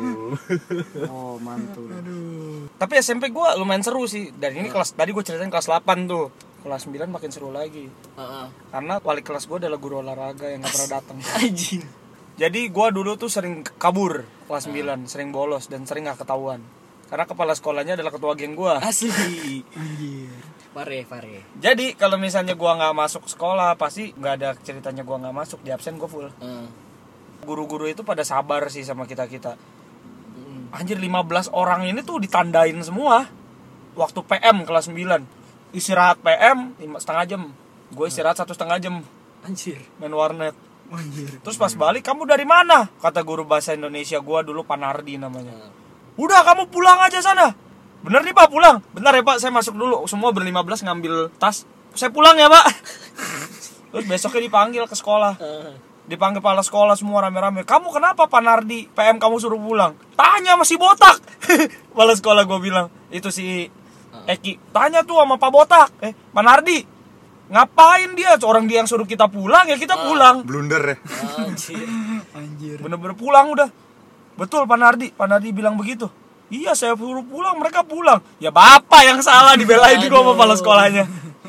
S1: Oh mantul.
S4: Tapi S M P gue lumayan seru sih. Dan ini kelas, tadi gue ceritain kelas delapan tuh. Kelas sembilan makin seru lagi.
S1: Heeh.
S4: Karena wali kelas gue adalah guru olahraga yang gak pernah datang.
S1: Anjing.
S4: Jadi gue dulu tuh sering kabur kelas sembilan, sering bolos dan sering gak ketahuan. Karena kepala sekolahnya adalah ketua geng gue.
S1: Asli.
S5: Anjir.
S1: Pare, pare.
S4: Jadi kalau misalnya gue nggak masuk sekolah, pasti nggak ada ceritanya gue nggak masuk, di absen gue full.
S1: Heeh.
S4: Guru-guru itu pada sabar sih sama kita kita. Anjir lima belas orang ini tuh ditandain semua. Waktu P M kelas sembilan, istirahat P M lima setengah jam, gue istirahat satu setengah jam
S1: Anjir.
S4: main warnet.
S5: Anjir.
S4: Terus pas balik, kamu dari mana? Kata guru bahasa Indonesia gue dulu Panardi namanya. Udah kamu pulang aja sana. Bener nih pak pulang. Bentar ya pak, saya masuk dulu. Semua berlima belas ngambil tas. Saya pulang ya pak. Terus besoknya dipanggil ke sekolah.
S1: Heeh.
S4: Dipanggil kepala sekolah semua rame-rame. Kamu kenapa Pak Nardi? P M kamu suruh pulang. Tanya masih botak. Kepala sekolah gue bilang. Itu si Eki. Tanya tuh sama Pak Botak. Eh Pak Nardi. Ngapain dia? Orang dia yang suruh kita pulang ya kita pulang.
S2: blunder ya
S1: Anjir.
S5: Anjir.
S4: Bener-bener pulang udah. Betul Pak Nardi. Pak Nardi bilang begitu. Iya saya suruh pulang, mereka pulang. Ya bapak yang salah, dibelain juga sama kepala sekolahnya.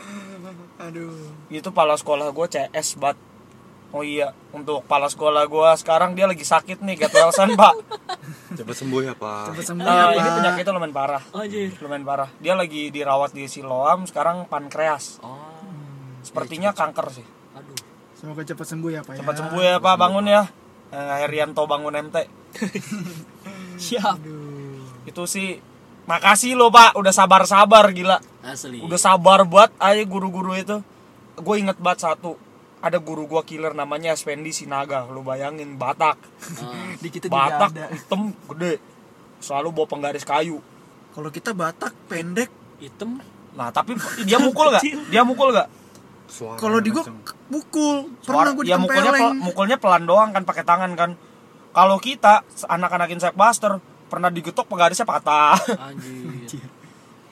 S5: Aduh.
S4: Itu kepala sekolah gue C S bat. Oh iya, untuk kepala sekolah gue sekarang dia lagi sakit nih, get well soon pak.
S2: cepet sembuh ya pak
S5: Cepet sembuh
S4: Eh,
S5: ya,
S4: ini
S5: Pak.
S4: penyakitnya lumayan parah.
S1: Anjir.
S4: Lumayan parah. Dia lagi dirawat di Siloam, sekarang pankreas.
S1: Oh.
S4: Sepertinya kanker sih.
S1: Aduh.
S5: Semoga cepat sembuh ya, Pak.
S4: Cepat
S5: ya.
S4: sembuh ya pak, bangun ya. Eh, Herianto bangun M T.
S1: Siap.
S4: Itu sih, makasih loh pak, udah sabar-sabar gila.
S1: Asli.
S4: Udah sabar buat aja guru-guru itu. Gue inget banget satu. Ada guru gua killer namanya Spendi Sinaga. Lu bayangin, Batak.
S1: Ah.
S5: Di kita juga
S4: Batak
S5: ada.
S4: hitam gede. Selalu bawa penggaris kayu.
S5: Kalau kita Batak pendek.
S1: Hitam.
S4: Nah, tapi dia mukul gak? Dia mukul gak?
S2: Suara
S5: Kalau di gua
S2: macam-
S5: pukul. Pernah gua
S4: ya mukulnya,
S5: ditempeleng.
S4: pel- mukulnya pelan doang kan, pakai tangan kan. Kalau kita anak-anak Insect Buster pernah digetok penggarisnya patah.
S1: Anjir.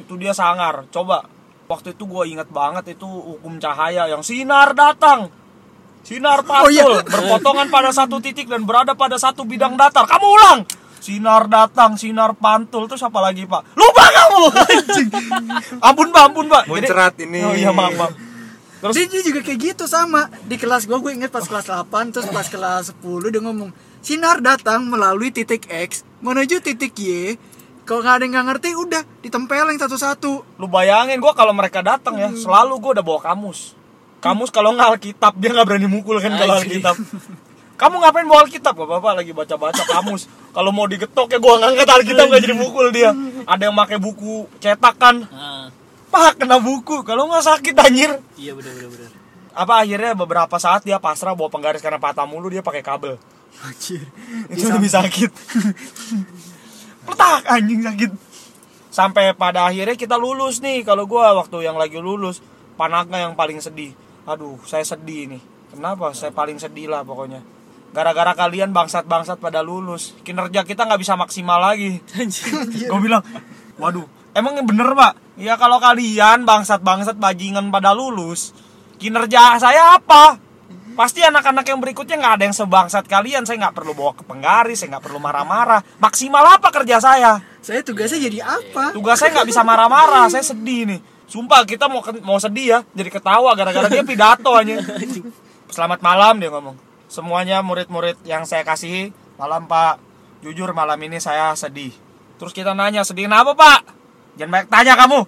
S4: Itu dia sangar. Coba waktu itu gue inget banget itu hukum cahaya yang sinar datang, sinar pantul,
S5: Oh, iya.
S4: berpotongan pada satu titik dan berada pada satu bidang datar. Kamu ulang. Sinar datang, sinar pantul. Terus apa lagi pak? Lupa kamu. Ampun pak, ampun pak.
S2: Muncrat ini.
S4: Oh iya maaf, maaf.
S5: Terus dia juga kayak gitu sama di kelas gue, gue inget pas kelas delapan, terus pas kelas sepuluh dia ngomong sinar datang melalui titik X menuju titik Y. Kalau nggak ada yang nggak ngerti udah ditempelin satu-satu.
S4: Lu bayangin gue kalau mereka datang ya, selalu gue udah bawa kamus. Kamus kalau nggak Alkitab dia nggak berani mukul kan kalau
S1: Anjing.
S4: Alkitab. Kamu ngapain bawa Alkitab? Gak apa-apa lagi baca-baca kamus. Kalau mau digetok ya gue ngangkat Alkitab nggak jadi mukul dia. Ada yang pakai buku cetakan.
S1: Ah,
S4: Pak kena buku, kalau nggak sakit anjir.
S1: iya benar benar benar.
S4: Apa akhirnya beberapa saat dia pasrah bawa penggaris karena patah mulu, dia pakai kabel.
S5: Anjir.
S4: Itu lebih sakit. Petak anjing sakit. Sampai pada akhirnya kita lulus nih. Kalau gua waktu yang lagi lulus, Panaga yang paling sedih. Aduh, saya sedih nih. Kenapa? Saya paling sedih lah pokoknya. Gara-gara kalian bangsat-bangsat pada lulus, kinerja kita nggak bisa maksimal lagi. Gua bilang, waduh, emang bener pak? Ya kalau kalian bangsat-bangsat bajingan pada lulus, kinerja saya apa? Pasti anak-anak yang berikutnya nggak ada yang sebangsat kalian. Saya nggak perlu bawa ke penggaris, saya nggak perlu marah-marah. Maksimal apa kerja saya?
S5: Saya tugasnya jadi apa?
S4: Tugas saya nggak bisa marah-marah. Saya sedih nih. Sumpah kita mau mau sedih ya, jadi ketawa gara-gara dia pidato aja. Selamat malam dia ngomong. Semuanya murid-murid yang saya kasihi, malam pak. Jujur malam ini saya sedih. Terus kita nanya, sedih kenapa pak? Jangan banyak tanya kamu.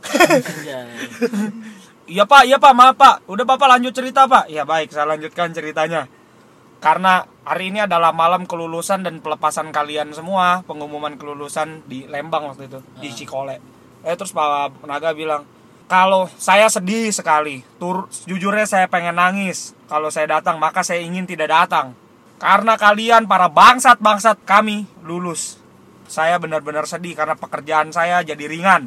S4: Iya pak, iya pak, maaf pak. Udah bapak lanjut cerita pak. Ya baik, saya lanjutkan ceritanya. Karena hari ini adalah malam kelulusan dan pelepasan kalian semua. Pengumuman kelulusan di Lembang waktu itu, di Cikole. Eh terus Pak Naga bilang, kalau saya sedih sekali. Tur, jujurnya saya pengen nangis. Kalau saya datang, maka saya ingin tidak datang. Karena kalian para bangsat-bangsat kami lulus. Saya benar-benar sedih karena pekerjaan saya jadi ringan.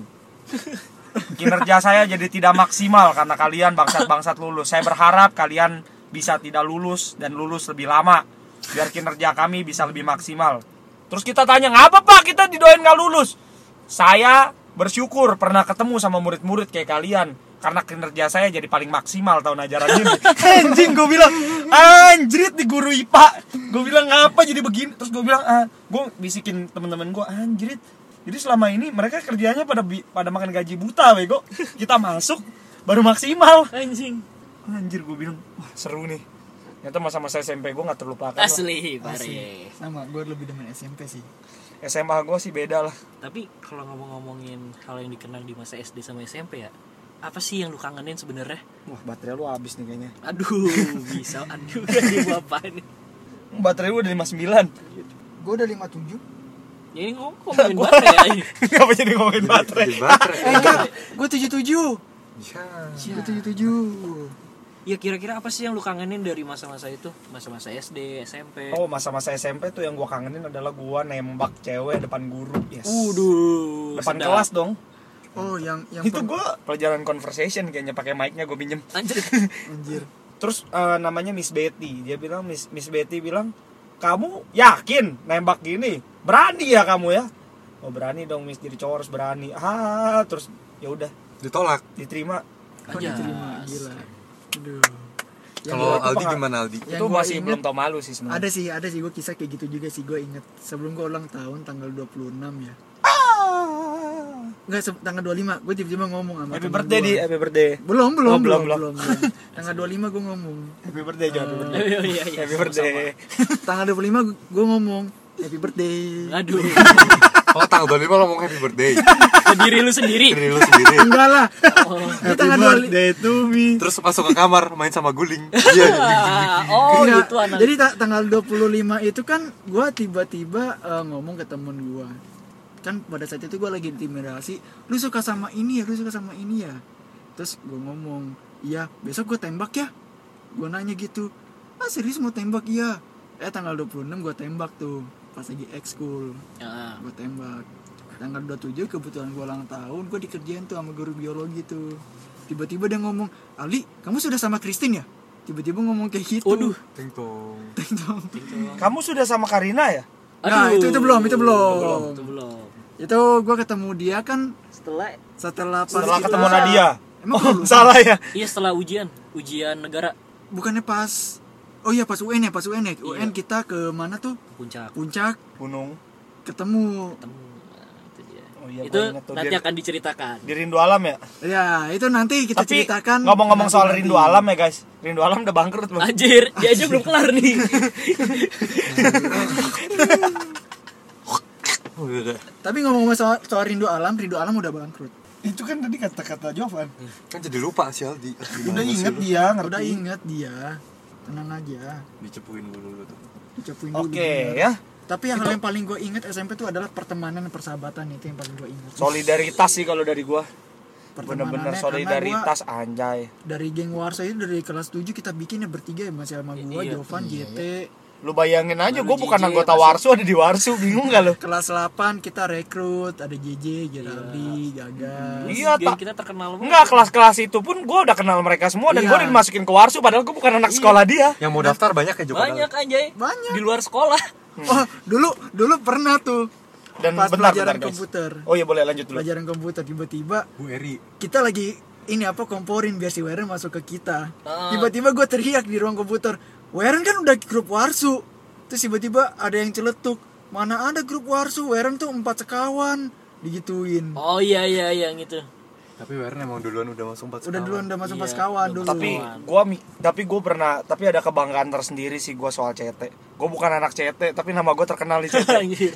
S4: Kinerja saya jadi tidak maksimal karena kalian bangsat-bangsat lulus. Saya berharap kalian bisa tidak lulus dan lulus lebih lama biar kinerja kami bisa lebih maksimal. Terus kita tanya, ngapa pak kita didoain gak lulus? Saya bersyukur pernah ketemu sama murid-murid kayak kalian karena kinerja saya jadi paling maksimal tahun ajaran ini. Anjing, gue bilang anjrit di guru I P A. Gue bilang ngapa jadi begini? Terus gue bilang, ah, gue bisikin temen-temen gue, anjrit. Jadi selama ini mereka kerjanya pada pada makan gaji buta, bego. Kita masuk baru maksimal.
S1: Anjing.
S4: Anjir, gue bilang, wah seru nih. Ternyata masa-masa S M P gue gak terlupakan. Loh.
S1: Asli, pare.
S5: Asli. Sama, gue lebih demen S M P sih.
S4: S M A gue sih beda lah.
S1: Tapi kalau ngomong-ngomongin hal yang dikenang di masa S D sama S M P ya, apa sih yang lu kangenin sebenarnya?
S4: Wah, baterai lu habis nih kayaknya.
S1: Aduh, bisa aduh di bapak nih.
S4: Baterai lu udah lima puluh sembilan.
S5: Gue udah lima puluh tujuh.
S1: Ya ini ngomongin baterai ya.
S4: Kenapa jadi ngomongin baterai?
S2: Di baterai.
S5: Eh enggak, gue tujuh puluh tujuh.
S2: Ya.
S5: Gue tujuh puluh tujuh.
S1: Ya kira-kira apa sih yang lu kangenin dari masa-masa itu? Masa-masa S D, S M P.
S4: Oh, masa-masa S M P tuh yang gue kangenin adalah gue nembak cewek depan guru. Yes.
S1: Uduh,
S4: Depan
S1: sedap.
S4: kelas dong.
S5: Oh, yang yang
S4: Itu
S5: per-
S4: gue pelajaran conversation kayaknya pakai mic-nya gue pinjem.
S1: Anjir.
S5: anjir.
S4: Terus eh, namanya Miss Betty. Dia bilang Miss Miss Betty bilang, "Kamu yakin nembak gini? Berani ya kamu ya?" Oh, berani dong Miss, jadi cowok harus berani. Ah, terus ya udah
S2: Ditolak.
S4: diterima.
S5: Oh,
S1: Anjas.
S5: diterima, gila. Aduh. Yang
S2: Kalau
S5: gua-
S2: Aldi
S4: pengal-
S2: gimana Aldi?
S5: Yang
S4: Itu
S5: gua
S4: masih
S5: inget-
S4: belum tau malu sih sebenarnya.
S5: Ada sih, ada sih gue kisah kayak gitu juga sih gue inget. Sebelum gue ulang tahun tanggal dua puluh enam ya. Enggak, se- tanggal dua puluh lima gue tiba-tiba ngomong sama
S4: Happy
S5: temen
S4: birthday
S5: gua.
S4: di Happy birthday.
S5: Belum, belum,
S4: Oh,
S5: belum,
S4: belum,
S5: belum, belum. Tanggal dua puluh lima gue ngomong.
S4: Happy birthday John. Happy birthday.
S1: Oh, iya, iya,
S4: Happy birthday.
S5: Tanggal dua puluh lima gue ngomong happy birthday.
S1: Aduh.
S2: Oh, tanggal dua puluh lima ngomong happy birthday.
S1: Ke diri lu sendiri.
S2: Diri lu sendiri.
S5: Enggak lah.
S1: Oh.
S5: Di tanggal dua puluh lima.
S4: to me.
S2: Terus masuk ke kamar main sama guling. Iya.
S1: Ah, oh,
S5: Iya,
S1: itu anak.
S5: jadi ta- tanggal dua puluh lima itu kan gue tiba-tiba eh, ngomong ke temen gue. Kan pada saat itu gue lagi intimidasi, lu suka sama ini ya, lu suka sama ini ya. Terus gue ngomong, iya besok gue tembak ya. Gue nanya gitu, ah serius mau tembak? Iya. Eh tanggal dua puluh enam gue tembak tuh, pas lagi ekskul.
S1: Ah.
S5: Gue tembak. Tanggal dua puluh tujuh kebetulan gue ulang tahun, gue dikerjain tuh sama guru biologi tuh. Tiba-tiba dia ngomong, Ali kamu sudah sama Christine ya? Tiba-tiba ngomong kayak gitu.
S1: Waduh.
S2: Ting tong.
S5: Ting tong.
S4: Kamu sudah sama Karina ya?
S5: Nah, itu- itu belum, itu belum.
S1: Itu belum.
S5: Itu gue ketemu dia kan
S1: Setelah
S5: setelah pas
S4: Setelah
S5: kita-
S4: ketemu Nadia.
S5: Emang
S4: Oh,
S5: lu
S4: salah ya.
S1: iya setelah ujian, ujian negara
S5: bukannya pas oh iya pas U N ya pas U N ya U N
S1: Iya.
S5: kita ke mana tuh
S1: puncak
S5: puncak
S4: Gunung.
S5: ketemu
S1: ketemu. Nah, itu dia.
S4: Oh iya,
S1: Itu
S4: gua ingat tuh,
S1: nanti
S4: dia-
S1: akan diceritakan.
S4: Di Rindu Alam ya.
S5: ya itu nanti kita
S4: Tapi
S5: ceritakan
S4: ngomong-ngomong soal
S5: nanti-nanti.
S4: Rindu Alam ya guys. Rindu Alam udah bangkrut belum?
S1: Anjir, dia aja belum kelar nih.
S2: Oh, udah.
S5: tapi ngomong-ngomong soal, soal rindu alam rindu alam udah bangkrut
S3: Itu kan tadi kata-kata Jovan.
S2: Kan jadi lupa si Aldi.
S3: Udah inget dia, ngerti.
S5: udah inget dia tenang aja
S2: Dicepuin gue dulu tuh.
S5: dicepuin dulu
S4: Oke
S5: bener.
S4: ya.
S5: tapi yang hal yang paling gue inget S M P itu adalah pertemanan dan persahabatan itu yang paling gue inget
S4: Solidaritas sih kalau dari gua. Bener-bener
S5: Pertemanannya,
S4: solidaritas
S5: karena
S4: anjay.
S5: gua dari geng Warsa itu dari kelas tujuh kita bikinnya bertiga ya masih sama gue
S1: Iya.
S5: Jovan J T
S4: Lu bayangin aja
S1: Baru
S4: gua bukan
S1: J J
S4: anggota
S1: masuk.
S4: Warsu ada di Warsu, bingung gak lu?
S5: kelas delapan kita rekrut ada J J Geraldi Gagas
S4: Iya,
S1: Geng
S4: tak.
S1: kita terkenal banget.
S4: Enggak, kelas-kelas itu pun gue udah kenal mereka semua dan
S5: Iya.
S4: gue udah dimasukin ke Warsu padahal gue bukan anak sekolah dia.
S2: Yang mau daftar banyak ya Joko?
S1: Banyak anjay.
S5: Banyak.
S1: Di luar sekolah.
S5: oh dulu dulu pernah tuh
S4: Dan
S5: pas
S4: bentar,
S5: pelajaran
S4: bentar, guys.
S5: komputer
S4: Oh iya boleh lanjut dulu.
S5: pelajaran komputer tiba-tiba
S2: Bu Eri.
S5: kita lagi ini apa komporin biar si Weren masuk ke kita
S1: Ah.
S5: tiba-tiba gue teriak di ruang komputer Weren kan udah grup Warsu terus tiba-tiba ada yang celetuk mana ada grup Warsu Weren tuh empat sekawan digituin
S1: Oh iya iya iya gitu.
S2: Tapi Weren emang duluan udah masuk empat
S5: udah duluan udah masuk
S1: Iya,
S5: pas kawan
S1: udah
S5: dulu
S4: Tapi gua mi- tapi gue pernah tapi ada kebanggaan tersendiri sih gue soal C T. Gue bukan anak C T tapi nama gue terkenal di C T.
S1: Anjir.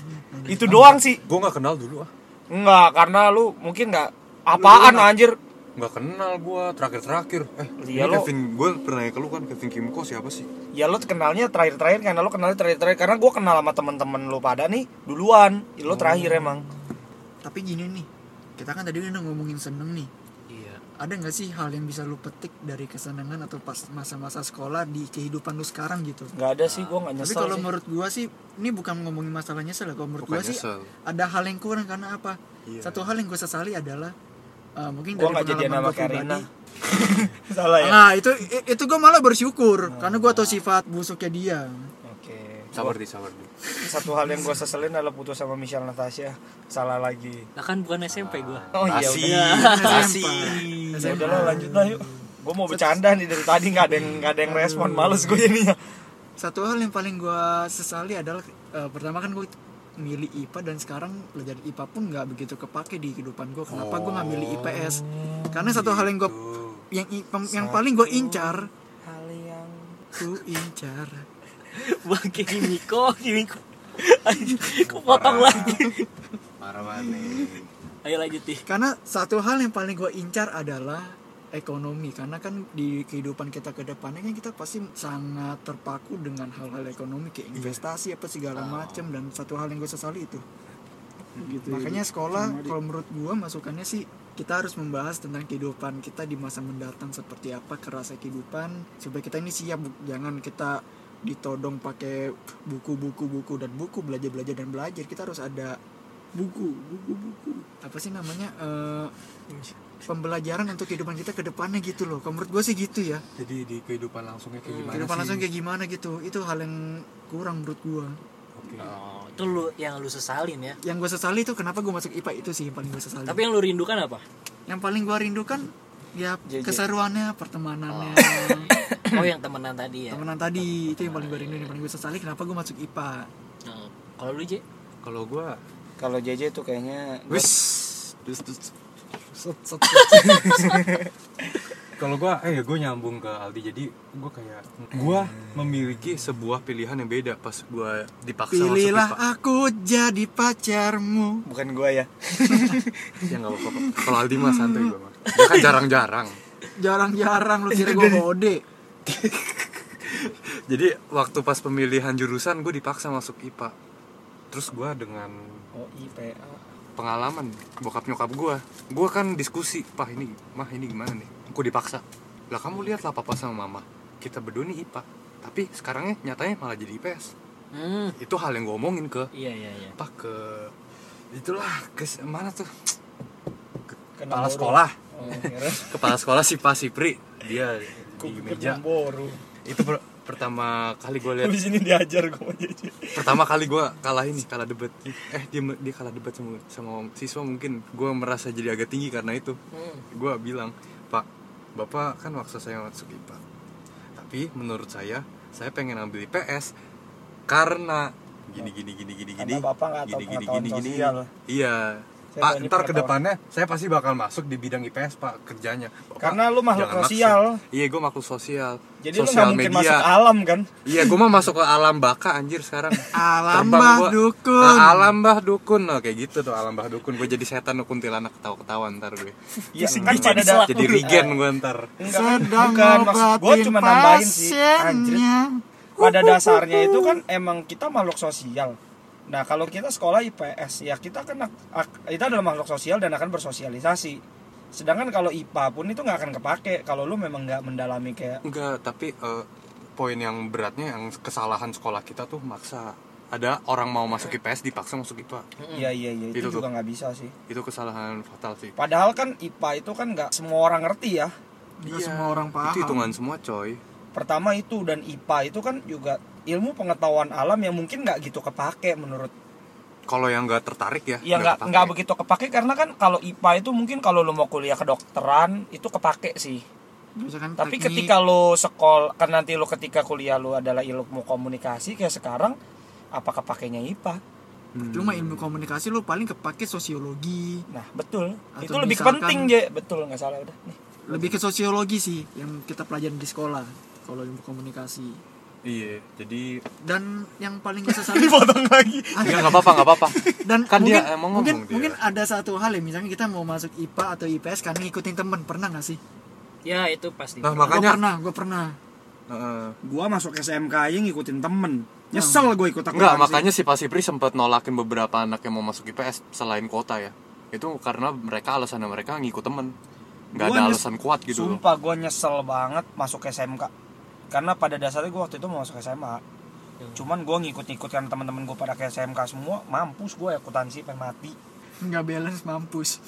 S4: Itu doang sih.
S2: Gue gak kenal dulu ah.
S4: Enggak, karena lu mungkin nggak apaan anjir.
S2: Gak kenal gue terakhir-terakhir. Eh
S4: Iya,
S2: ini
S4: lo-
S2: Kevin, gue pernah ke lu kan Kevin Kimco siapa sih?
S4: Ya lu kenalnya terakhir-terakhir karena lu kenalnya terakhir-terakhir karena gue kenal sama temen-temen lu pada nih duluan. Lu terakhir emang.
S5: tapi gini nih kita kan tadi udah ngomongin seneng nih
S1: Iya.
S5: ada nggak sih hal yang bisa lu petik dari kesenangan atau pas masa-masa sekolah di kehidupan lu sekarang gitu
S4: Nggak ada sih, gue nggak
S5: tapi
S4: nyesel
S5: kalau
S4: sih.
S5: menurut gua sih ini bukan ngomongin masalah nyesel ya kalau menurut
S2: Bukan
S5: gua sih
S2: nyesel.
S5: ada hal yang kurang karena apa
S2: Iya.
S5: satu hal yang gua sesali adalah uh, mungkin
S4: Gue
S5: dari
S4: nggak jadian
S5: pengalaman
S4: sama
S5: gua pribadi
S4: Karina. Salah ya.
S5: nah itu itu gua malah bersyukur karena gua tahu sifat busuknya dia
S4: Oke.
S2: Sabar di sabar di.
S4: Satu hal yang gue seselin adalah putus sama Michelle Natasha. Salah lagi.
S1: Lah kan bukan S M P gua.
S4: Oh iya
S2: Basi.
S4: udah.
S2: Basi.
S4: Ya udah lah, lanjut lah yuk. Gue mau bercanda nih dari tadi nggak ada yang nggak ada yang respon, males gue jadinya.
S5: satu hal yang paling gua sesali adalah uh, pertama kan gua milih I P A dan sekarang pelajaran I P A pun nggak begitu kepake di kehidupan gua kenapa gua nggak milih I P S karena satu hal yang gua yang i- pem- yang paling gua incar
S4: Hal yang
S5: ku incar
S1: Bangke Kimiko, Kimiko. Anjir, kok potong lagi.
S2: Parah banget.
S1: Ayo lanjut nih.
S5: karena satu hal yang paling gue incar adalah ekonomi karena kan di kehidupan kita ke depannya kan kita pasti sangat terpaku dengan hal-hal ekonomi kayak investasi apa segala macam dan satu hal yang gue sesali itu gitu makanya sekolah kalau menurut gue masukannya sih kita harus membahas tentang kehidupan kita di masa mendatang seperti apa kerasa kehidupan supaya kita ini siap bu- jangan kita ditodong pakai buku-buku buku dan buku belajar belajar dan belajar kita harus ada buku buku buku apa sih namanya eh, pembelajaran untuk kehidupan kita ke depannya gitu loh kalau menurut gue sih gitu ya
S2: Jadi di kehidupan langsungnya kayak gimana
S5: kehidupan
S2: sih?
S5: langsung kayak gimana gitu itu hal yang kurang menurut gue
S2: Oke.
S1: Oh, itu lu yang lu sesalin ya.
S5: yang gue sesali itu kenapa gue masuk I P A itu sih yang paling gue sesali
S1: Tapi yang lu rindukan apa?
S5: yang paling gue rindukan ya
S4: J J.
S5: keseruannya pertemanannya
S1: Oh, yang temenan tadi ya.
S5: temenan tadi itu yang paling gue rindu yang paling gue sesali kenapa gue masuk I P A
S1: Oh, kalau lu J?
S2: Kalau gue
S4: kalau J J tuh kayaknya
S2: wis dus dus kalau gue eh gue nyambung ke Aldi jadi gue kayak gue memiliki sebuah pilihan yang beda pas gue dipaksa
S5: pilihlah
S2: masuk I P A.
S5: aku jadi pacarmu
S4: bukan gua ya.
S2: Ya nggak apa-apa. Kalau Aldi mah santai gue mah. Dia kan jarang-jarang.
S5: jarang-jarang lu kira gue kode
S2: Jadi waktu pas pemilihan jurusan gue dipaksa masuk I P A. Terus gue dengan
S4: Oh, I P A.
S2: pengalaman bokap nyokap gue, gue kan diskusi, Pak ini, mah ini gimana nih? Gue dipaksa. Lah kamu lihatlah papa sama mama, kita berdua nih I P A. Tapi sekarangnya nyatanya malah jadi I P S.
S1: Hmm.
S2: Itu hal yang gue omongin ke
S1: Iya iya iya.
S2: apa ke itulah ke mana tuh?
S4: Kena
S2: Kepala
S4: boru.
S2: sekolah.
S4: Oh, kira
S2: Kepala sekolah si Pak Sipri, dia di
S4: Kupu
S2: meja.
S4: boru.
S2: Itu ber- pertama kali gue lihat
S4: Habis ini diajar gue jadi.
S2: pertama kali gue kalah ini kalah debat eh dia dia kalah debat sama sama siswa mungkin gue merasa jadi agak tinggi karena itu
S1: Hmm.
S2: gue bilang Pak Bapak kan waktu saya masuk I P A tapi menurut saya saya pengen ambil I P S karena gini gini gini gini gini
S4: Karena Bapak nggak tahu
S2: gini gini
S4: pengetahuan
S2: gini gini
S4: sosial.
S2: iya
S4: Saya
S2: Pak
S4: pengen
S2: ntar
S4: pengetahuan.
S2: kedepannya saya pasti bakal masuk di bidang I P S Pak kerjanya Bapak,
S4: Karena lu makhluk
S2: jangan maksa.
S4: sosial.
S2: Iya gue makhluk sosial
S4: Jadi lu
S2: sosial
S4: nggak mungkin masuk alam kan?
S2: Iya, gue mah masuk ke alam baka anjir sekarang.
S5: Alam
S2: Terbang
S5: bah
S2: gua.
S5: dukun.
S2: Nah, alam bah dukun, nah, kayak gitu tuh alam bah dukun. Gue jadi setan kuntilanak ketawa-ketawa ntar gue.
S4: Iya,
S1: Pusing
S4: kan
S1: jadi
S4: pada
S1: selak.
S4: da-
S2: Jadi regen gue ntar.
S4: Enggak, kan?
S5: Sedang
S4: bukan maksud gue
S5: ngobatin
S4: cuma nambahin sih. Anjir.
S5: pasiennya.
S4: Pada dasarnya itu kan emang kita makhluk sosial. Nah, kalau kita sekolah I P S ya kita kan ak- kita adalah makhluk sosial dan akan bersosialisasi. Sedangkan kalau I P A pun itu nggak akan kepake kalau lu memang nggak mendalami kayak
S2: Enggak, tapi eh, poin yang beratnya yang kesalahan sekolah kita tuh maksa. Ada orang mau masuk I P S dipaksa masuk I P A.
S4: iya iya iya itu,
S2: Itu
S4: juga
S2: tuh.
S4: nggak bisa sih.
S2: Itu kesalahan fatal sih.
S4: Padahal kan I P A itu kan nggak semua orang ngerti ya.
S5: Nggak semua orang paham.
S2: Itu hitungan semua coy.
S4: Pertama itu dan I P A itu kan juga ilmu pengetahuan alam yang mungkin nggak gitu kepake menurut
S2: Kalau yang nggak tertarik ya.
S4: ya nggak
S2: kepake.
S4: nggak begitu kepake karena kan kalau I P A itu mungkin kalau lu mau kuliah kedokteran itu kepake sih.
S5: Misalkan
S4: Tapi
S5: teknik,
S4: ketika lu sekolah kan nanti lu ketika kuliah lu adalah ilmu komunikasi kayak sekarang apa kepakainya I P A?
S2: Hmm.
S5: cuma ilmu komunikasi lu paling kepake sosiologi,
S4: Nah, betul.
S5: Atau
S4: itu lebih
S5: misalkan-
S4: penting, Je. Betul, nggak salah udah. Nih.
S5: lebih ke sosiologi sih yang kita pelajarin di sekolah kalau ilmu komunikasi.
S2: Iya, jadi
S5: Dan yang paling gue sesali
S4: Potong lagi.
S2: ya nggak apa-apa nggak apa-apa.
S5: dan
S2: Kan
S5: mungkin,
S2: dia emang
S5: mungkin,
S2: ngomong dia.
S5: mungkin ada satu hal ya, misalnya kita mau masuk I P A atau I P S karena ngikutin temen, pernah nggak sih?
S1: Ya itu pasti.
S2: Nah,
S5: Gue
S2: makanya
S5: pernah, gue pernah.
S2: Heeh.
S3: Gua masuk S M K aja ngikutin temen. Nyesel gue ikut akuntansi.
S2: Enggak, makanya si Pak Sipri sempat nolakin beberapa anak yang mau masuk I P S selain kuota ya. Itu karena mereka alasannya mereka ngikut temen. Enggak
S3: Gua
S2: ada
S3: nyes-
S2: alasan kuat gitu loh.
S4: Sumpah gue nyesel banget masuk S M K. Karena pada dasarnya gue waktu itu mau masuk S M A. Cuman gue ngikut-ngikut kan teman-teman gue pada ke S M K semua, mampus gue akuntansi pengen mati.
S5: Nggak balance, mampus.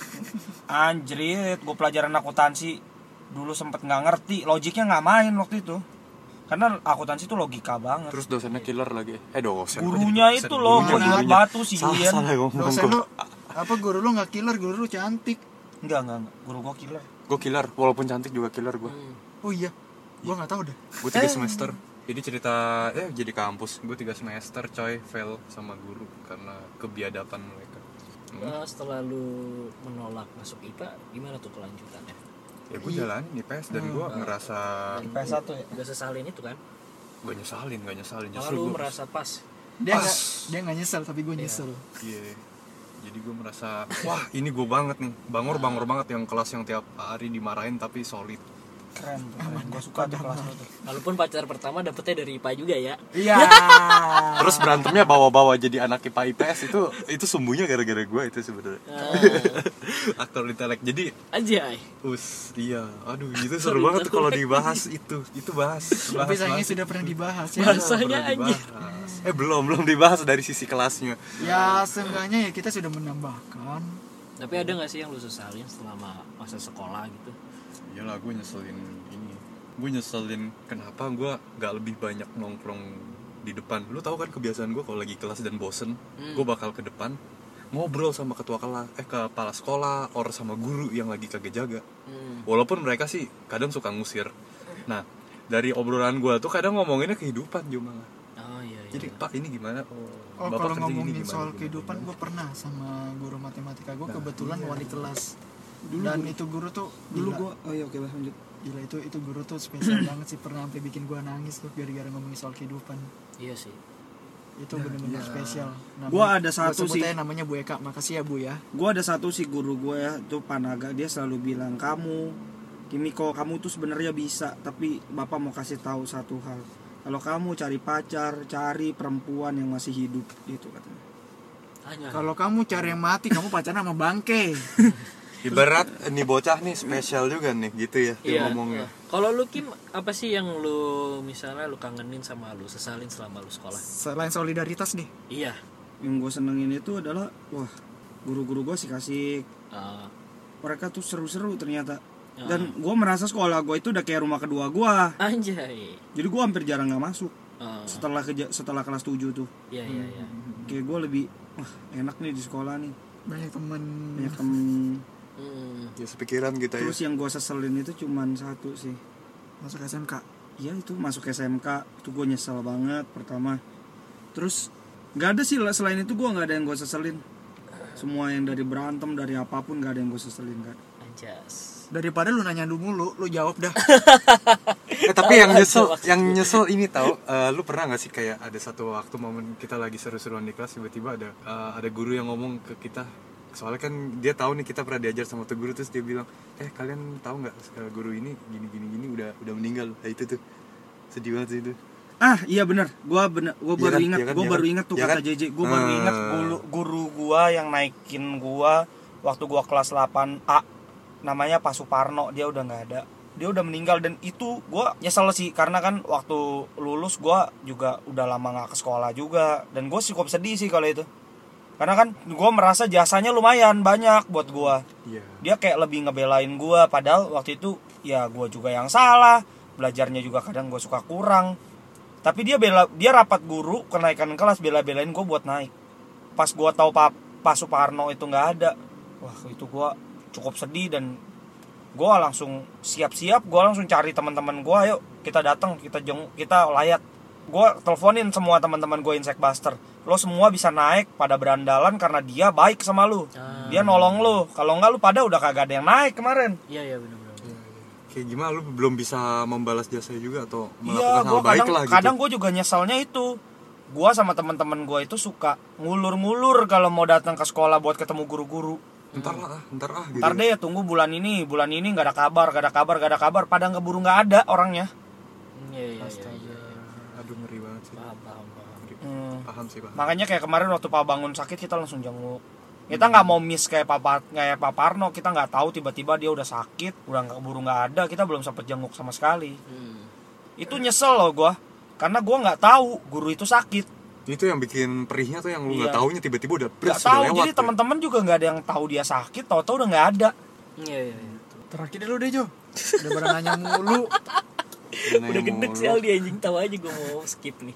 S4: Anjrit, gue pelajaran akuntansi dulu sempet nggak ngerti, logiknya nggak main waktu itu. Karena akuntansi itu logika banget.
S2: Terus dosennya killer lagi. Eh dosen.
S4: Gurunya
S2: Kok jadi
S4: itu
S2: dosen?
S4: loh,
S2: Gurunya,
S4: gue inget
S2: gurunya.
S4: batu sih
S2: Salah,
S4: Ian.
S2: salah ngomong
S5: Dosen
S2: gua.
S5: lu, apa guru lu nggak killer, guru lu cantik.
S4: Enggak, enggak, enggak. Guru gue killer.
S2: Gue killer, walaupun cantik juga killer gue.
S5: Oh iya, gue nggak tahu dah.
S2: Gue tiga semester. Jadi cerita ya jadi kampus. Gue tiga semester coy fail sama guru karena kebiadaban mereka. Hmm.
S1: Nah, setelah lu menolak masuk I P A, gimana tuh kelanjutannya?
S2: Ya gue jalanin I P S dan gue ngerasa
S4: I P S satu ya.
S1: Gak sesalin itu kan?
S2: gak nyesalin, gak nyesalin
S1: Malah
S2: justru
S1: lu
S2: gue.
S1: merasa pas.
S5: Dia
S2: Pas.
S5: nggak, dia nggak nyesel, tapi gue nyesel.
S2: Iya. Jadi gue merasa wah ini gue banget nih, bangor bangor banget yang kelas yang tiap hari dimarahin tapi solid.
S4: Keren tuh, keren. Gue suka tuh kelas lu tuh.
S1: Walaupun pacar pertama dapetnya dari I P A juga ya.
S5: Iya.
S2: Terus berantemnya bawa-bawa jadi anak I P A I P S itu itu sumbunya gara-gara gue itu sebenarnya.
S1: Ah,
S2: Aktor intelek. Jadi
S1: Anjay.
S2: us iya, aduh itu seru banget tuh kalau dibahas itu. Itu bahas.
S5: Tapi
S2: bahas
S5: sayangnya
S2: bahas.
S5: sudah pernah dibahas ya.
S1: Bahasanya
S2: Pernah
S1: anjing.
S2: dibahas. Eh belum belum dibahas dari sisi kelasnya.
S5: Ya seenggaknya ya kita sudah menambahkan.
S1: Tapi ada gak sih yang lu sesalin selama masa sekolah gitu?
S2: Iyalah gue nyeselin ini. Gue nyeselin kenapa gue gak lebih banyak nongkrong di depan. Lu tahu kan kebiasaan gue kalau lagi kelas dan bosen,
S1: Hmm.
S2: gue bakal ke depan ngobrol sama ketua kelas, eh kepala sekolah, or sama guru yang lagi kagak jaga.
S1: Hmm.
S2: Walaupun mereka sih kadang suka ngusir. Nah, dari obrolan gue tuh kadang ngomonginnya kehidupan juga malah.
S1: Oh iya iya.
S2: Jadi Pak ini gimana?
S5: Oh
S2: Bapak
S5: kalau
S2: kerja gini
S5: ngomongin
S2: gimana,
S5: soal
S2: gimana,
S5: kehidupan,
S2: gimana.
S5: gue pernah sama guru matematika gue,
S2: Nah,
S5: kebetulan
S2: iya.
S5: wali kelas.
S3: Dulu
S5: Dan
S3: guru-
S5: itu guru tuh
S3: Dulu
S5: gila.
S3: gua oh iya oke lanjut.
S5: Gila itu itu guru tuh spesial banget sih, pernah sampai bikin gue nangis tuh gara-gara ngomongin soal kehidupan.
S1: Iya sih.
S5: Itu bener-bener spesial. Namanya-
S3: Gua ada
S5: gua
S3: satu
S5: sebut
S3: sih.
S5: aja namanya Bu Eka. Makasih ya Bu ya.
S3: Gua ada satu sih guru gue ya, tuh Panaga, dia selalu bilang, "Kamu Kimiko, kamu tuh sebenarnya bisa, tapi Bapak mau kasih tahu satu hal. Kalau kamu cari pacar, cari perempuan yang masih hidup." Gitu katanya.
S1: Hanya.
S5: Kalau kamu cari yang mati, kamu pacaran sama bangke.
S2: Ibarat nih bocah nih spesial juga nih gitu ya dia
S1: Iya.
S2: ngomongnya.
S1: Kalau lu Kim, apa sih yang lu misalnya lu kangenin sama lu sesalin selama lu sekolah?
S5: Selain solidaritas nih.
S1: Iya.
S3: Yang gue senengin itu adalah, wah, guru-guru gue sih kasih,
S1: Uh,
S3: mereka tuh seru-seru ternyata. Dan gue merasa sekolah gue itu udah kayak rumah kedua gue.
S1: Anjay.
S3: Jadi gue hampir jarang nggak masuk.
S1: Oh.
S3: Setelah keja- setelah kelas tujuh tuh.
S1: Iya iya iya.
S3: Kayak gue lebih wah enak nih di sekolah nih.
S5: Banyak temen.
S3: Banyak temen.
S1: Hmm.
S2: Ya sepikiran kita
S3: Terus
S2: ya.
S3: yang gue seselin itu cuman satu sih.
S5: Masuk S M K.
S3: Iya itu masuk S M K itu gue nyesel banget pertama. Terus nggak ada sih selain itu gue nggak ada yang gue seselin. Semua yang dari berantem dari apapun nggak ada yang gue seselin kan.
S1: Anjas.
S5: Daripada lu nanya dulu mulu, lu jawab dah.
S2: Eh, tapi yang nyesel, yang nyesel ini tahu, uh, lu pernah nggak sih kayak ada satu waktu momen kita lagi seru-seruan di kelas tiba-tiba ada uh, ada guru yang ngomong ke kita, soalnya kan dia tahu nih kita pernah diajar sama tuh guru, terus dia bilang, eh kalian tahu nggak uh, guru ini gini gini gini udah udah meninggal. Nah, itu tuh sedih banget sih itu.
S3: Ah iya benar, gue bener, gue
S2: Iya
S3: baru
S2: kan,
S3: ingat,
S2: iya kan,
S3: gue
S2: iya
S3: baru
S2: kan?
S3: ingat tuh
S2: Iya
S3: kata
S2: kan?
S3: J J, gue
S2: Hmm.
S3: baru
S4: Ingat guru, guru gua yang naikin gua waktu gua kelas delapan A, namanya Pak Suparno, dia udah nggak ada, dia udah meninggal. Dan itu gua nyesel sih karena kan waktu lulus gua juga udah lama nggak ke sekolah juga, dan gua cukup sedih sih kalau itu, karena kan gua merasa jasanya lumayan banyak buat gua.
S2: Iya.
S4: Dia kayak lebih ngebelain gua, padahal waktu itu ya gua juga yang salah, belajarnya juga kadang gua suka kurang. Tapi dia bela, dia rapat guru kenaikan kelas bela-belain gue buat naik. Pas gue tahu Pak Pak Suparno itu nggak ada, wah itu gue cukup sedih, dan gue langsung siap-siap, gue langsung cari teman-teman gue, ayo kita datang, kita jeng, kita layat. Gue teleponin semua teman-teman gue Insect Buster, lo semua bisa naik pada berandalan karena dia baik sama lu,
S1: Ah.
S4: dia nolong lu. Kalau nggak lu pada udah kagak ada yang naik kemarin.
S1: Iya iya benar-benar.
S2: Kayak gimana lu belum bisa membalas jasa juga atau
S4: Iya,
S2: melakukan hal
S4: gue
S2: baik
S4: kadang,
S2: lah gitu.
S4: kadang gue juga nyesalnya itu. Gue sama teman-teman gue itu suka ngulur-ngulur kalau mau datang ke sekolah buat ketemu guru-guru.
S2: Ntar lah, ntar ah gitu.
S4: Ntar deh tunggu bulan ini, bulan ini nggak ada kabar, nggak ada kabar, nggak ada kabar. Pada ngeburu nggak ada orangnya.
S1: Iya iya iya. iya.
S2: Aduh ngeri banget sih.
S1: Paham paham paham.
S2: Ngeri.
S4: Hmm.
S2: Paham sih, paham.
S4: Makanya kayak kemarin waktu Pak Bangun sakit kita langsung jenguk. Kita nggak mau miss kayak Pak kayak Pak Parno, kita nggak tahu tiba-tiba dia udah sakit, udah nggak keburu nggak ada, kita belum sempet jenguk sama sekali.
S1: Hmm.
S4: Itu nyesel loh gue, karena gue nggak tahu guru itu sakit.
S2: Itu yang bikin perihnya tuh yang lu nggak
S4: Iya.
S2: taunya tiba-tiba udah
S4: Nggak
S2: pres udah
S4: tahu,
S2: lewat.
S4: jadi
S2: tuh.
S4: teman-teman juga nggak ada yang tahu dia sakit, tahu-tahu udah nggak ada.
S1: Iya iya iya.
S5: Terakhir dulu deh Jo. Udah pada nanya mulu.
S2: Dan
S1: Udah
S2: yang
S1: gendek
S2: mau
S1: sih
S2: lu-
S1: Aldi, anjing, tahu aja gue mau skip nih.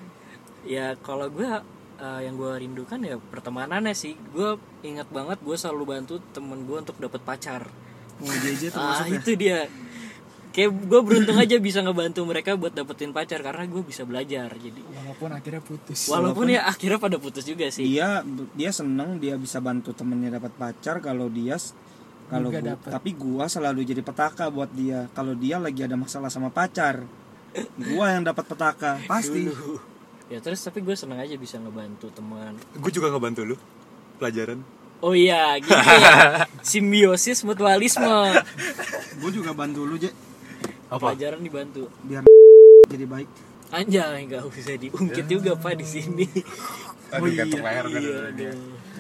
S1: Ya kalau gue uh, yang gue rindukan ya pertemanannya sih. Gue ingat banget gue selalu bantu temen gue untuk dapat pacar.
S3: Oh J J
S1: Ah
S3: termasuk ya.
S1: itu dia. Kayak gue beruntung aja bisa ngebantu mereka buat dapetin pacar karena gue bisa belajar. Jadi
S5: Walaupun akhirnya putus.
S1: walaupun ya akhirnya pada putus juga sih.
S3: Dia dia seneng dia bisa bantu temennya dapat pacar kalau dia kalau
S5: Juga
S3: gua,
S5: dapet.
S3: tapi gua selalu jadi petaka buat dia kalau dia lagi ada masalah sama pacar. Gua yang dapat petaka pasti.
S1: Dulu. Ya terus tapi gue seneng aja bisa ngebantu teman.
S2: Gue juga ngebantu lu pelajaran.
S1: Oh iya gitu ya. Simbiosis mutualisme.
S3: Gue juga bantu lu J
S2: Apa?
S1: Pelajaran dibantu.
S3: biar jadi baik.
S1: Anjay nggak usah diungkit juga pak di sini.
S2: Aduh, gantung leher kan.
S1: Iya, aduh.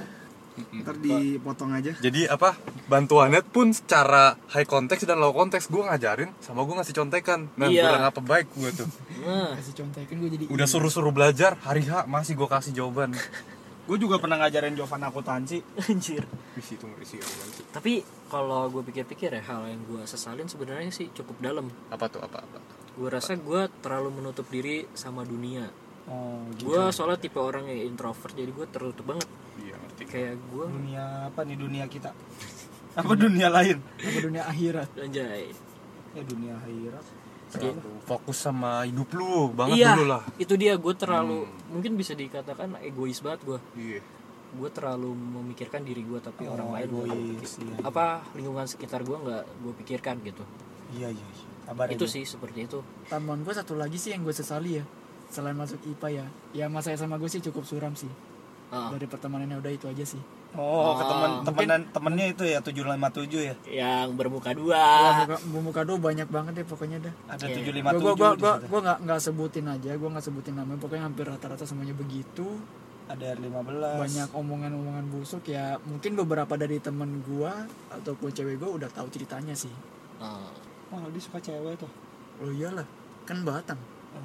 S3: Ntar dipotong aja.
S2: Jadi apa bantuannya pun secara high konteks dan low konteks gue ngajarin sama gue ngasih contekan. Nah
S1: Iya.
S2: kurang apa baik gue tuh.
S1: Nah,
S5: Kasih contekin gue jadi.
S2: Udah suruh-suruh belajar hari H masih gue kasih jawaban.
S3: Gue juga pernah ngajarin Jovan akuntansi.
S1: anjir.
S2: Isi itu ngisi apa
S1: Tapi kalau gue pikir-pikir ya hal yang gue sesalin sebenarnya sih cukup dalam.
S2: apa tuh apa apa.
S1: Gue rasa gue terlalu menutup diri sama dunia.
S3: Oh,
S1: Gue soalnya tipe orang yang introvert jadi gue tertutup banget.
S2: Iya ngerti.
S1: Kayak gue
S3: dunia apa nih dunia kita? Apa dunia lain?
S5: Apa dunia akhirat.
S1: anjay.
S3: Ya dunia akhirat.
S2: Terlalu fokus sama hidup lu banget
S1: Iya,
S2: dulu lah.
S1: itu dia gue terlalu mungkin bisa dikatakan egois banget gue.
S2: Iya.
S1: Gue terlalu memikirkan diri gue tapi
S3: Oh,
S1: orang lain gua nggak
S3: egois,
S1: pikir-
S3: iya.
S1: apa lingkungan sekitar gue nggak gue pikirkan gitu.
S3: Iya iya. iya. Kabar
S1: Itu sih seperti itu.
S5: Tambahan gue satu lagi sih yang gue sesali ya. Selain masuk I P A ya. Ya masa sama gue sih cukup suram sih.
S1: Ah,
S5: Dari pertemanannya udah itu aja sih.
S3: Oh, ke temen
S1: Ah,
S3: temenan temennya itu ya tujuh lima tujuh ya.
S1: yang bermuka
S5: Wah,
S1: dua.
S5: muka, muka dua banyak banget deh pokoknya dah.
S3: Ada
S1: Iya.
S3: tujuh lima
S5: Gue
S3: tujuh
S5: gue
S3: di
S5: gue
S3: situ.
S5: gue nggak nggak sebutin aja, gue nggak sebutin namanya. Pokoknya hampir rata-rata semuanya begitu.
S3: Ada R lima belas.
S5: Banyak omongan-omongan busuk ya. Mungkin beberapa dari temen gue ataupun cewek gue udah tahu ceritanya sih.
S1: Ah.
S3: Oh, dia suka cewek tuh.
S5: Oh iyalah, kan Batang.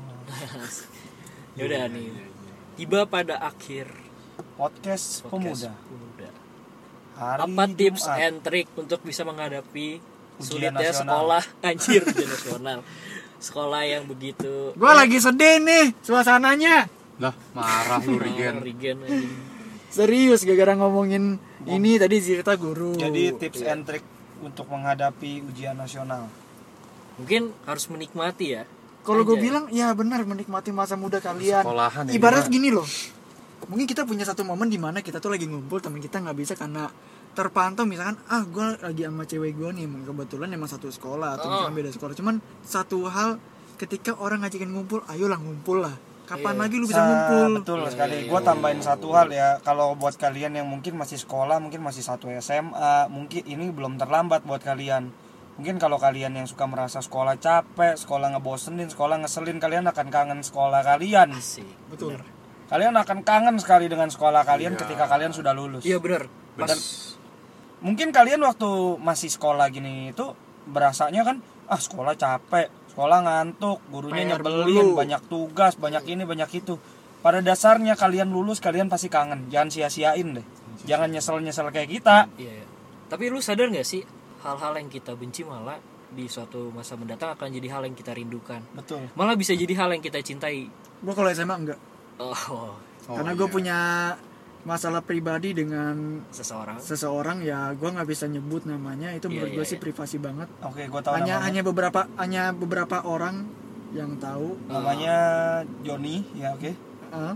S1: Ya udah nih. Tiba pada akhir
S3: Podcast,
S1: podcast
S3: pemuda.
S1: pemuda.
S3: Hari
S1: Apa tips
S3: Jumat.
S1: and trick untuk bisa menghadapi
S4: Ujian
S1: sulitnya
S4: nasional.
S1: sekolah anjir ujian nasional. Sekolah yang begitu.
S5: Gue lagi sedih nih suasananya.
S2: Lah marah lu
S1: Oh,
S2: Regen.
S1: Regen anjing.
S5: Serius gara-gara ngomongin ini tadi cerita guru.
S4: Jadi tips and trick untuk menghadapi ujian nasional.
S1: Mungkin harus menikmati ya.
S5: Kalau gue
S1: Aja.
S5: bilang ya benar menikmati masa muda kalian.
S2: Sekolahan ya,
S5: Ibarat
S2: gimana?
S5: gini loh. Mungkin kita punya satu momen di mana kita tuh lagi ngumpul teman kita nggak bisa karena terpantau misalkan ah gue lagi sama cewek gue nih emang kebetulan emang satu sekolah atau
S1: Oh.
S5: misalkan beda sekolah. Cuman satu hal ketika orang ngajakin ngumpul, ayolah ngumpul lah. Kapan
S1: Iya.
S5: lagi lu bisa
S4: Nah,
S5: ngumpul?
S4: betul
S1: Iya,
S4: sekali.
S1: iya,
S4: Gue
S1: iya,
S4: tambahin
S1: iya,
S4: satu
S1: iya.
S4: hal ya. Kalau buat kalian yang mungkin masih sekolah, mungkin masih satu S M A, mungkin ini belum terlambat buat kalian. Mungkin kalau kalian yang suka merasa sekolah capek, sekolah ngebosenin, sekolah ngeselin, kalian akan kangen sekolah kalian.
S1: Asik.
S5: Betul.
S1: Bener.
S4: Kalian akan kangen sekali dengan sekolah kalian
S2: Iya.
S4: ketika kalian sudah lulus.
S1: Iya benar. Pas
S4: Dan mungkin kalian waktu masih sekolah gini itu berasanya kan ah sekolah capek, sekolah ngantuk, gurunya
S5: P R
S4: nyebelin,
S5: mulu.
S4: banyak tugas, banyak ini, banyak itu. Pada dasarnya kalian lulus kalian pasti kangen. Jangan sia-siain deh. Jangan nyesel-nyesel kayak kita.
S1: Iya, iya. Tapi lu sadar gak sih hal-hal yang kita benci malah di suatu masa mendatang akan jadi hal yang kita rindukan.
S4: Betul.
S1: Malah bisa jadi hal yang kita cintai.
S5: Gue kalau S M A enggak.
S1: Oh,
S2: Oh,
S5: Karena gue
S2: iya.
S5: punya masalah pribadi dengan
S1: seseorang.
S5: seseorang ya gue nggak bisa nyebut namanya itu
S1: Iya,
S5: menurut
S1: iya,
S5: gue sih
S1: iya.
S5: privasi banget.
S4: Oke, gue tahu
S5: Hanya
S4: namanya.
S5: hanya beberapa hanya beberapa orang yang tahu.
S4: Namanya Joni, ya oke.
S5: Eh,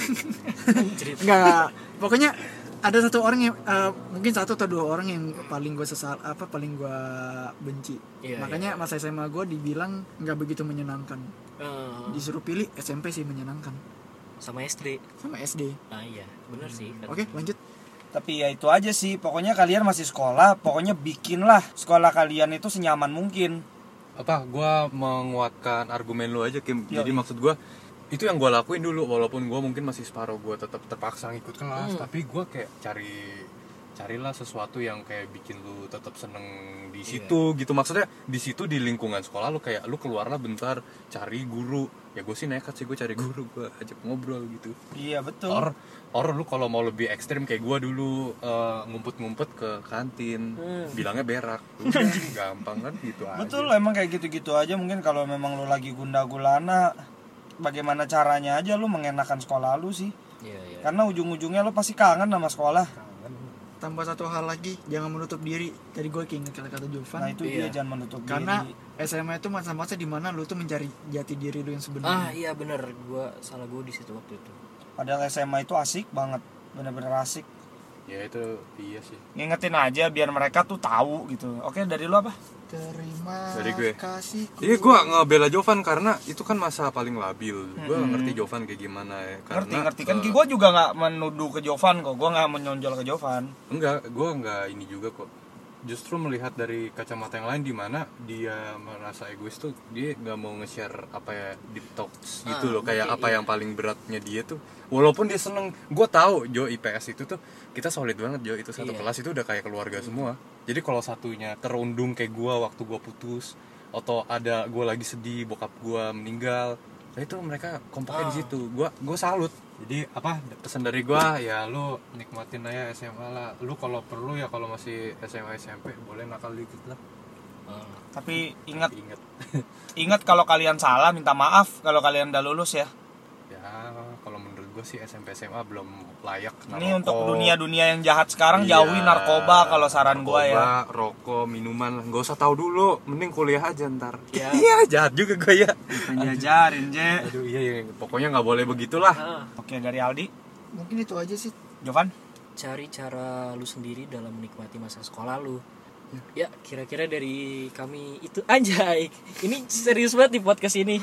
S1: Cerita.
S5: Enggak, pokoknya ada satu orang yang eh, mungkin satu atau dua orang yang paling gue sesal apa paling gue benci.
S1: Iya,
S5: Makanya
S1: iya.
S5: masa S M A gue dibilang nggak begitu menyenangkan.
S1: Eh,
S5: Disuruh pilih S M P sih menyenangkan
S1: sama S D.
S5: sama S D.
S1: Ah iya, benar sih.
S5: Oke, lanjut.
S4: Tapi ya itu aja sih. Pokoknya kalian masih sekolah, pokoknya bikinlah sekolah kalian itu senyaman mungkin.
S2: Apa gua menguatkan argumen lu aja Kim.
S4: Yoi.
S2: Jadi maksud gua itu yang gua lakuin dulu walaupun gua mungkin masih separuh, gua tetap terpaksa ngikut kelas,
S1: Hmm.
S2: tapi gua kayak cari carilah sesuatu yang kayak bikin lu tetap seneng di situ gitu. Maksudnya di situ di lingkungan sekolah lu kayak lu keluarlah bentar cari guru. Ya gue sih nekat sih, gue cari guru, gue ajak ngobrol gitu.
S4: Iya betul.
S2: Or or lu kalau mau lebih ekstrim kayak gua dulu eh, ngumpet-ngumpet ke kantin,
S1: Hmm.
S2: bilangnya berak. Udah, gampang kan gitu aja.
S4: Betul, emang kayak gitu-gitu aja. Mungkin kalau memang lu lagi gunda gulana, bagaimana caranya aja lu mengenakan sekolah lu sih.
S1: Iya, iya.
S4: Karena ujung-ujungnya lu pasti kangen sama sekolah.
S5: Tambah satu hal lagi, jangan menutup diri. Tadi gue keinget kata-kata Jovan.
S4: Nah itu
S1: Iya.
S4: dia, jangan menutup
S5: Karena
S4: diri.
S5: S M A itu masa-masa dimana lu tuh mencari jati diri lu yang
S1: Ah
S5: sebenarnya.
S1: iya benar, gua salah gua di situ waktu itu.
S4: Padahal S M A itu asik banget, bener-bener asik.
S2: Ya itu iya sih.
S4: Ngingetin aja biar mereka tuh tahu gitu. Oke, dari lu apa?
S5: Terima
S2: Dari gue.
S5: kasih.
S2: Iya gue ngebela Jovan karena itu kan masa paling labil. Gue
S4: Mm-mm.
S2: ngerti Jovan kayak gimana ya. Karena,
S4: Ngerti, ngerti kan?
S2: eh,
S4: Gue juga nggak menuduh ke Jovan kok. Gue nggak menonjol ke Jovan.
S2: enggak, gue enggak ini juga kok. Justru melihat dari kacamata yang lain di mana dia merasa egois tuh, dia nggak mau nge-share apa ya deep talks gitu
S1: Ah,
S2: loh, kayak
S1: mungkin
S2: apa
S1: iya.
S2: yang paling beratnya dia tuh. Walaupun dia seneng, gue tahu Jo I P S itu tuh kita solid banget Jo, itu satu
S1: Iya.
S2: kelas itu udah kayak keluarga semua. Jadi kalau satunya kerundung kayak gue waktu gue putus, atau ada gue lagi sedih bokap gue meninggal, nah itu mereka kompaknya di
S1: Ah.
S2: situ. Gue gue salut. Jadi apa pesan dari gua ya lu nikmatin aja S M A lah. Lu kalau perlu ya kalau masih S M A S M P boleh nakal dikit lah.
S1: Ah.
S4: Tapi ingat,
S2: Ingat.
S4: ingat kalau kalian salah minta maaf kalau kalian udah lulus ya.
S2: Ya kalau menurut gua sih S M P S M A belum layak.
S4: Ini
S2: narokok.
S4: untuk dunia-dunia yang jahat sekarang
S2: Iya,
S4: jauhi narkoba kalau saran gua ya.
S2: narkoba, rokok, minuman, nggak usah tahu dulu, mending kuliah aja ntar.
S1: Ya.
S2: Iya jahat juga gua ya.
S4: Jajarin, Je.
S2: Aduh iya, iya. Pokoknya nggak boleh begitulah.
S1: Ah.
S4: Oke, dari Aldi,
S5: Mungkin itu aja sih.
S4: Jovan.
S1: Cari cara lu sendiri dalam menikmati masa sekolah lu. Ya, kira-kira dari kami itu anjay. Ini serius banget di podcast ini.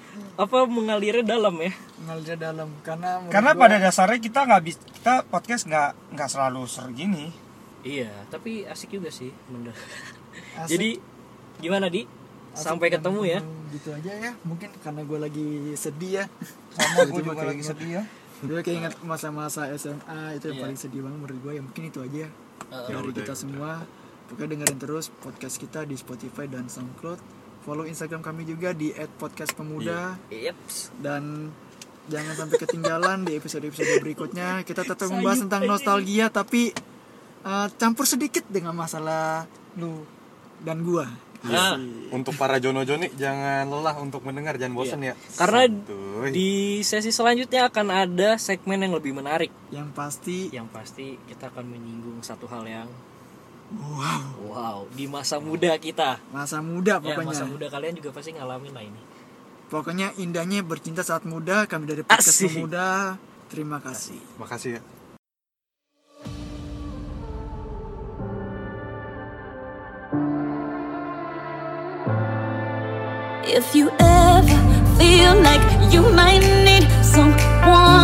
S1: Apa mengalirnya dalam ya?
S5: Ngalir dalam karena menurut
S4: Karena
S5: gua-
S4: pada dasarnya kita nggak bisa, kita podcast nggak nggak selalu ser gini.
S1: Iya, tapi asik juga sih. Bener.
S5: asik-
S1: Jadi gimana Di?
S5: asik
S1: Sampai
S5: dan
S1: ketemu ya.
S5: Gitu aja ya. Mungkin karena gue lagi sedih ya.
S4: Sama gue
S5: Tiba-tiba
S4: juga
S5: kayak
S4: lagi
S5: gua-
S4: sedih ya.
S5: Gue keinget masa-masa S M A itu yang
S1: Iya.
S5: paling sedih banget menurut gue ya. Mungkin itu aja ya.
S1: Uh,
S5: Dari
S2: udah,
S5: kita
S2: ya
S5: semua. Pokoknya dengerin terus podcast kita di Spotify dan SoundCloud. Follow Instagram kami juga di et podcast pemuda.
S1: Yeps.
S5: Dan jangan sampai ketinggalan di episode-episode berikutnya. Kita tetap membahas
S1: Sayup
S5: tentang
S1: aja.
S5: nostalgia tapi uh, campur sedikit dengan masalah lu dan gua.
S1: Nah,
S2: Untuk para Jono Joni jangan lelah untuk mendengar, jangan bosan ya.
S1: karena
S2: Santuy.
S1: di sesi selanjutnya akan ada segmen yang lebih menarik.
S5: Yang pasti
S1: Yang pasti kita akan menyinggung satu hal yang
S5: wow,
S1: wow di masa muda kita.
S5: masa muda
S1: Ya,
S5: pokoknya.
S1: masa muda kalian juga pasti ngalamin lah ini.
S5: Pokoknya indahnya bercinta saat muda. Kami dari podcast
S1: Asik.
S5: Pemuda. Terima kasih.
S2: Makasih ya.
S6: If you ever feel like you might need someone